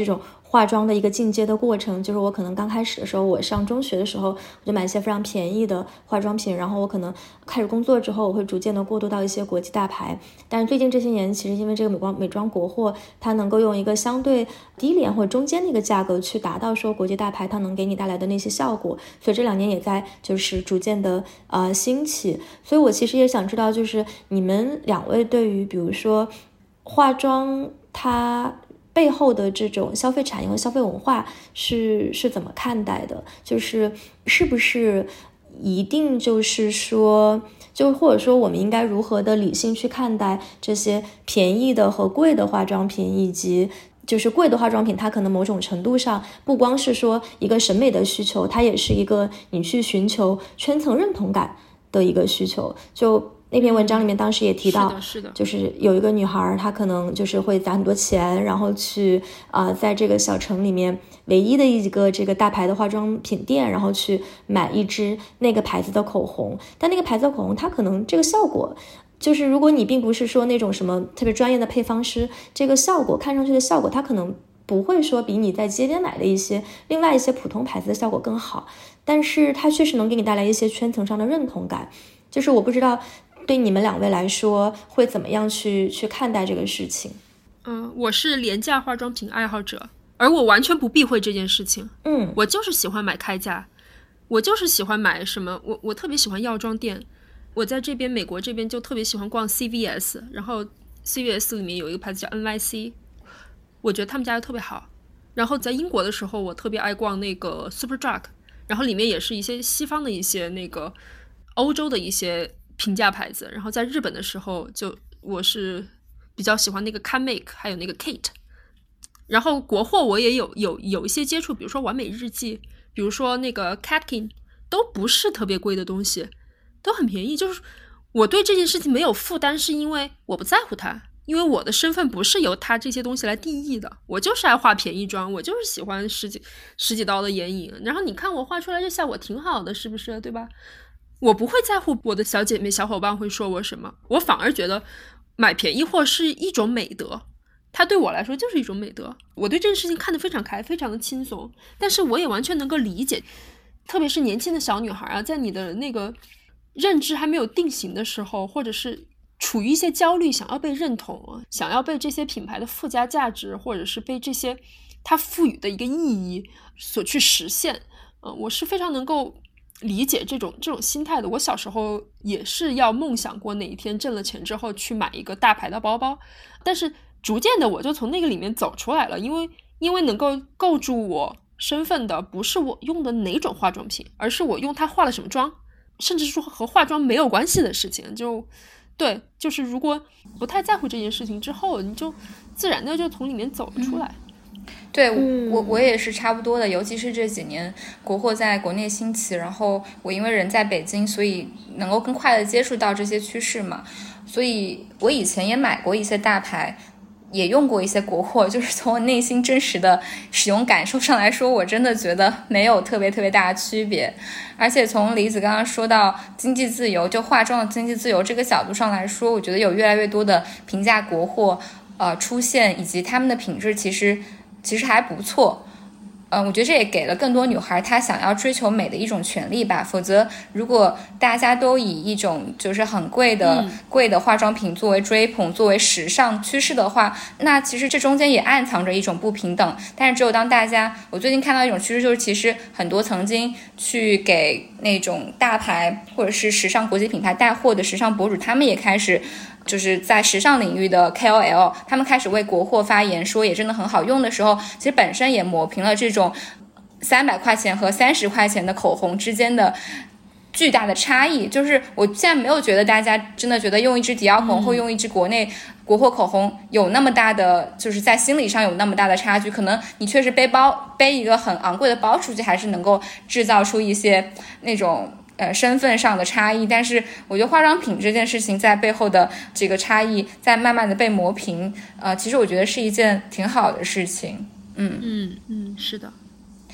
化妆的一个进阶的过程，就是我可能刚开始的时候，我上中学的时候，我就买一些非常便宜的化妆品，然后我可能开始工作之后，我会逐渐的过渡到一些国际大牌。但是最近这些年，其实因为这个美妆美妆国货，它能够用一个相对低廉或者中间的一个价格去达到说国际大牌它能给你带来的那些效果，所以这两年也在就是逐渐的呃兴起。所以我其实也想知道，就是你们两位对于比如说化妆它背后的这种消费产业和消费文化是是怎么看待的？就是是不是一定就是说，就或者说我们应该如何的理性去看待这些便宜的和贵的化妆品，以及就是贵的化妆品它可能某种程度上不光是说一个审美的需求，它也是一个你去寻求圈层认同感的一个需求。就那篇文章里面当时也提到， 是的，是的， 就是有一个女孩，她可能就是会砸很多钱，然后去啊、呃，在这个小城里面唯一的一个这个大牌的化妆品店，然后去买一支那个牌子的口红。但那个牌子的口红，它可能这个效果，就是如果你并不是说那种什么特别专业的配方师，这个效果看上去的效果，它可能不会说比你在街边买的一些另外一些普通牌子的效果更好，但是它确实能给你带来一些圈层上的认同感。就是我不知道对你们两位来说会怎么样去去看待这个事情。 嗯，我是廉价化妆品爱好者，而我完全不避讳这件事情。 嗯， 我就是喜欢买开价，我就是喜欢买什么，我我特别喜欢药妆店。我在这边美国这边就特别喜欢逛 C V S， 然后 C V S 里面有一个牌子叫 N Y C， 我觉得他们家又特别好。然后在英国的时候，我特别爱逛那个 Superdrug， 然后里面也是一些西方的一些那个欧洲的一些平价牌子。然后在日本的时候，就我是比较喜欢那个 CanMake 还有那个 Kate。然后国货我也有有有一些接触，比如说完美日记，比如说那个 Catkin， 都不是特别贵的东西，都很便宜。就是我对这件事情没有负担，是因为我不在乎它，因为我的身份不是由它这些东西来定义的。我就是爱画便宜妆，我就是喜欢十几十几刀的眼影，然后你看我画出来这效果挺好的，是不是？对吧？我不会在乎我的小姐妹小伙伴会说我什么，我反而觉得买便宜货是一种美德，它对我来说就是一种美德。我对这件事情看得非常开，非常的轻松，但是我也完全能够理解，特别是年轻的小女孩啊，在你的那个认知还没有定型的时候，或者是处于一些焦虑，想要被认同，想要被这些品牌的附加价值，或者是被这些它赋予的一个意义所去实现。呃，我是非常能够理解这种这种心态的。我小时候也是要梦想过哪一天挣了钱之后去买一个大牌的包包，但是逐渐的我就从那个里面走出来了，因为因为能够构筑我身份的不是我用的哪种化妆品，而是我用它化了什么妆，甚至说和化妆没有关系的事情。就对，就是如果不太在乎这件事情之后，你就自然的就从里面走了出来。 嗯对，我我也是差不多的，尤其是这几年国货在国内兴起，然后我因为人在北京，所以能够更快的接触到这些趋势嘛，所以我以前也买过一些大牌，也用过一些国货，就是从我内心真实的使用感受上来说，我真的觉得没有特别特别大的区别。而且从李子刚刚说到经济自由，就化妆的经济自由这个角度上来说，我觉得有越来越多的平价国货呃出现，以及他们的品质其实其实还不错。嗯，我觉得这也给了更多女孩她想要追求美的一种权利吧。否则，如果大家都以一种就是很贵的、嗯、贵的化妆品作为追捧、作为时尚趋势的话，那其实这中间也暗藏着一种不平等。但是，只有当大家，我最近看到一种趋势，就是其实很多曾经去给那种大牌或者是时尚国际品牌带货的时尚博主，他们也开始。就是在时尚领域的 K O L， 他们开始为国货发言，说也真的很好用的时候，其实本身也抹平了这种三百块钱和三十块钱的口红之间的巨大的差异。就是我现在没有觉得大家真的觉得用一支迪奥口红或用一支国内国货口红有那么大的，就是在心理上有那么大的差距。可能你确实背包背一个很昂贵的包出去，还是能够制造出一些那种呃，身份上的差异，但是我觉得化妆品这件事情在背后的这个差异在慢慢的被磨平，呃，其实我觉得是一件挺好的事情。嗯嗯嗯，是的。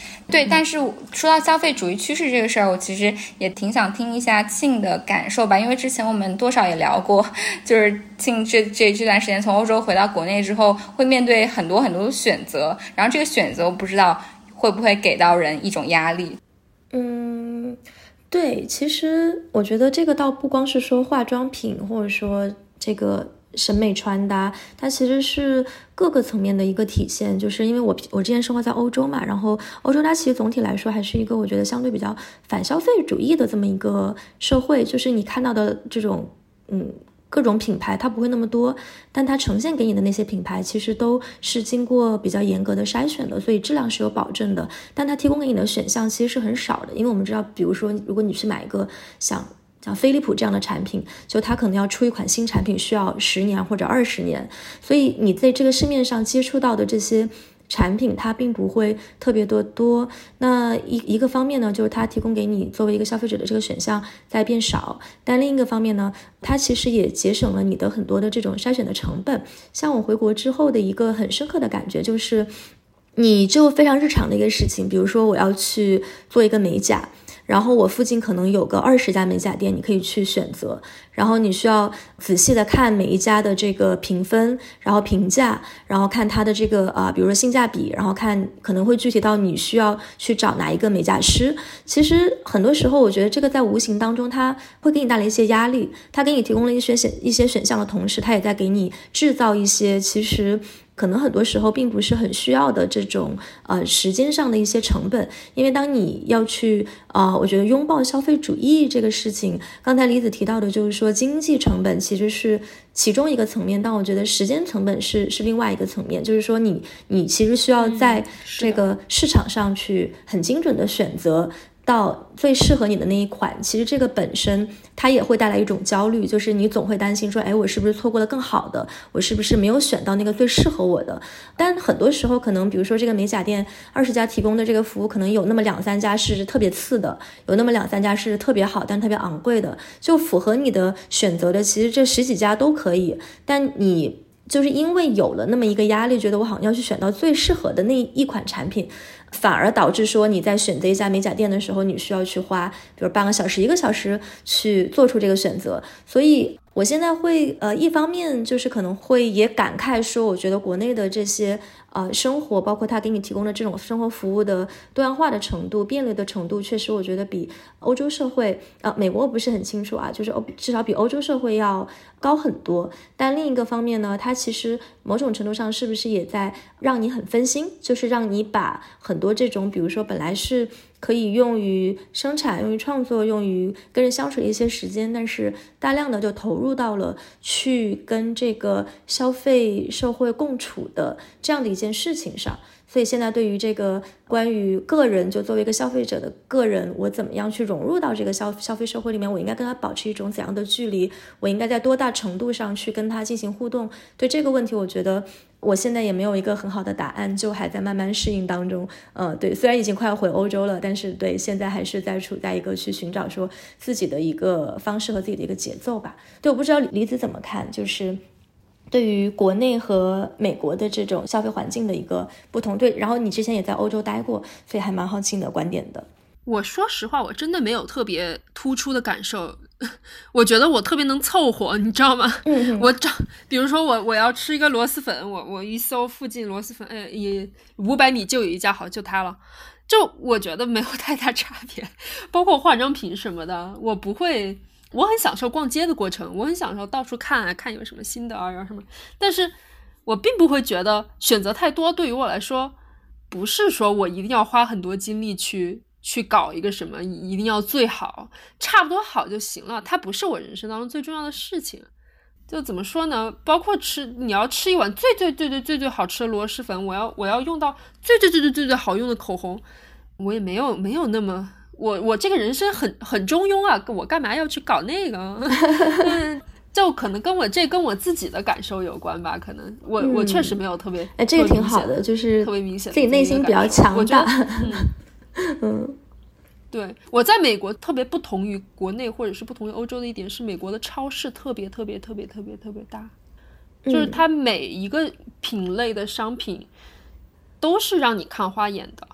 对，但是说到消费主义趋势这个事儿，我其实也挺想听一下庆的感受吧，因为之前我们多少也聊过，就是庆这这这段时间从欧洲回到国内之后，会面对很多很多的选择，然后这个选择我不知道会不会给到人一种压力。 嗯，对，其实我觉得这个倒不光是说化妆品，或者说这个审美穿搭，它其实是各个层面的一个体现。就是因为我我之前生活在欧洲嘛，然后欧洲它其实总体来说还是一个我觉得相对比较反消费主义的这么一个社会，就是你看到的这种嗯各种品牌它不会那么多，但它呈现给你的那些品牌其实都是经过比较严格的筛选的，所以质量是有保证的，但它提供给你的选项其实是很少的。因为我们知道，比如说如果你去买一个像像飞利浦这样的产品，就它可能要出一款新产品需要十年或者二十年，所以你在这个市面上接触到的这些产品它并不会特别的多。那一一个方面呢，就是它提供给你作为一个消费者的这个选项在变少，但另一个方面呢，它其实也节省了你的很多的这种筛选的成本。像我回国之后的一个很深刻的感觉就是，你就非常日常的一个事情，比如说我要去做一个美甲，然后我附近可能有个二十家美甲店，你可以去选择，然后你需要仔细的看每一家的这个评分，然后评价，然后看它的这个啊、呃，比如说性价比，然后看可能会具体到你需要去找哪一个美甲师。其实很多时候我觉得这个在无形当中它会给你带来一些压力，它给你提供了一些选一些选项的同时，它也在给你制造一些其实可能很多时候并不是很需要的这种呃时间上的一些成本。因为当你要去呃我觉得拥抱消费主义这个事情，刚才李子提到的就是说经济成本其实是其中一个层面，但我觉得时间成本是是另外一个层面，就是说你你其实需要在这个市场上去很精准的选择到最适合你的那一款。其实这个本身它也会带来一种焦虑，就是你总会担心说，哎，我是不是错过了更好的，我是不是没有选到那个最适合我的。但很多时候可能比如说这个美甲店二十家提供的这个服务，可能有那么两三家是特别次的，有那么两三家是特别好但特别昂贵的，就符合你的选择的其实这十几家都可以，但你就是因为有了那么一个压力，觉得我好像要去选到最适合的那一款产品，反而导致说你在选择一家美甲店的时候，你需要去花比如半个小时一个小时去做出这个选择。所以我现在会呃，一方面就是可能会也感慨说，我觉得国内的这些呃生活，包括它给你提供的这种生活服务的多样化的程度、便利的程度，确实我觉得比欧洲社会呃，美国我不是很清楚啊，就是欧至少比欧洲社会要高很多。但另一个方面呢，它其实某种程度上是不是也在让你很分心，就是让你把很多这种比如说本来是可以用于生产、用于创作、用于跟人相处的一些时间，但是大量的就投入到了去跟这个消费社会共处的这样的一件事情上。所以现在对于这个关于个人，就作为一个消费者的个人，我怎么样去融入到这个消消费社会里面，我应该跟他保持一种怎样的距离，我应该在多大程度上去跟他进行互动，对这个问题我觉得我现在也没有一个很好的答案，就还在慢慢适应当中。呃，对，虽然已经快要回欧洲了，但是对现在还是在处在一个去寻找说自己的一个方式和自己的一个节奏吧。对，我不知道李子怎么看，就是对于国内和美国的这种消费环境的一个不同。对，然后你之前也在欧洲待过，所以还蛮好奇你的观点的。 我说实话，我真的没有特别突出的感受，我觉得我特别能凑合，你知道吗？嗯，我找，比如说我我要吃一个螺蛳粉，我我一搜附近螺蛳粉，哎，也五百米就有一家好，就它了，就我觉得没有太大差别。包括化妆品什么的，我不会，我很享受逛街的过程，我很享受到处看啊，看有什么新的啊，然后什么，但是我并不会觉得选择太多对于我来说，不是说我一定要花很多精力去。去搞一个什么一定要最好，差不多好就行了，它不是我人生当中最重要的事情。就怎么说呢，包括吃，你要吃一碗最最最最最最好吃的螺蛳粉，我要我要用到最最最最最最好用的口红，我也没有没有那么我我这个人生很很中庸啊，我干嘛要去搞那个嗯，就可能跟我这跟我自己的感受有关吧，可能我、嗯、我确实没有特别哎，这个挺好的，就是特别明显自己内心比较强大。 嗯，嗯，对，我在美国特别不同于国内或者是不同于欧洲的一点是，美国的超市特别特别特别特别特别大，就是它每一个品类的商品都是让你看花眼的。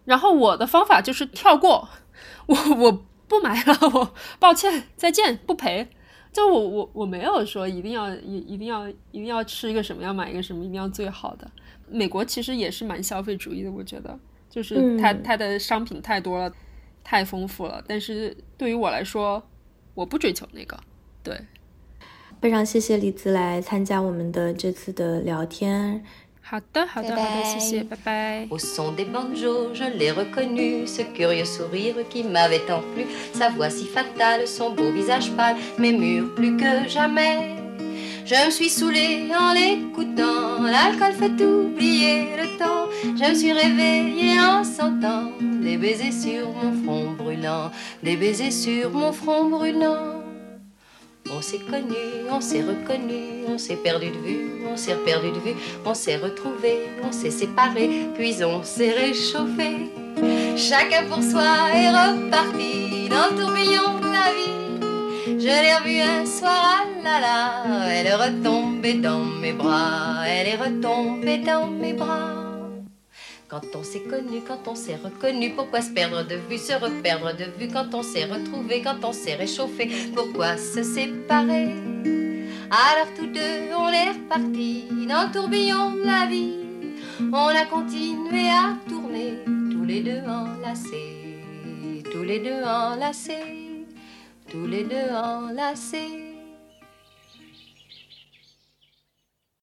然后我的方法就是跳过，我我不买了，我抱歉再见不赔。就我我我没有说一定要一一定要一定要吃一个什么要买一个什么一定要最好的。美国其实也是蛮消费主义的，我觉得就是它、嗯、它的商品太多了太丰富了，但是对于我来说我不追求那个。对， 非常谢谢李子来参加我们的这次的聊天。 好的好的好的，谢谢，拜拜。 Au son des banjos, je l'ai reconnu, ce curieux sourire qui m'avait tant plu, sa voix si fatale, son beau visage pâle, mais mûr plus que jamais. Je me suis saoulée en l'écoutant, l'alcool fait oublier le temps. Je me suis réveillée en sentant des baisers sur mon front brûlant, des baisers sur mon front brûlant.On s'est connus, on s'est reconnus, on s'est perdu de vue, on s'est perdu de vue, on s'est retrouvés, on s'est séparés, puis on s'est réchauffés. Chacun pour soi est reparti dans le tourbillon de la vie. Je l'ai revue un soir, ah là là, elle est retombée dans mes bras, elle est retombée dans mes bras.Quand on s'est connu, quand on s'est reconnu, pourquoi se perdre de vue, se reperdre de vue? Quand on s'est retrouvé, quand on s'est réchauffé, pourquoi se séparer? Alors tous deux, on est repartis dans le tourbillon de la vie. On a continué à tourner, tous les deux enlacés, tous les deux enlacés, tous les deux enlacés.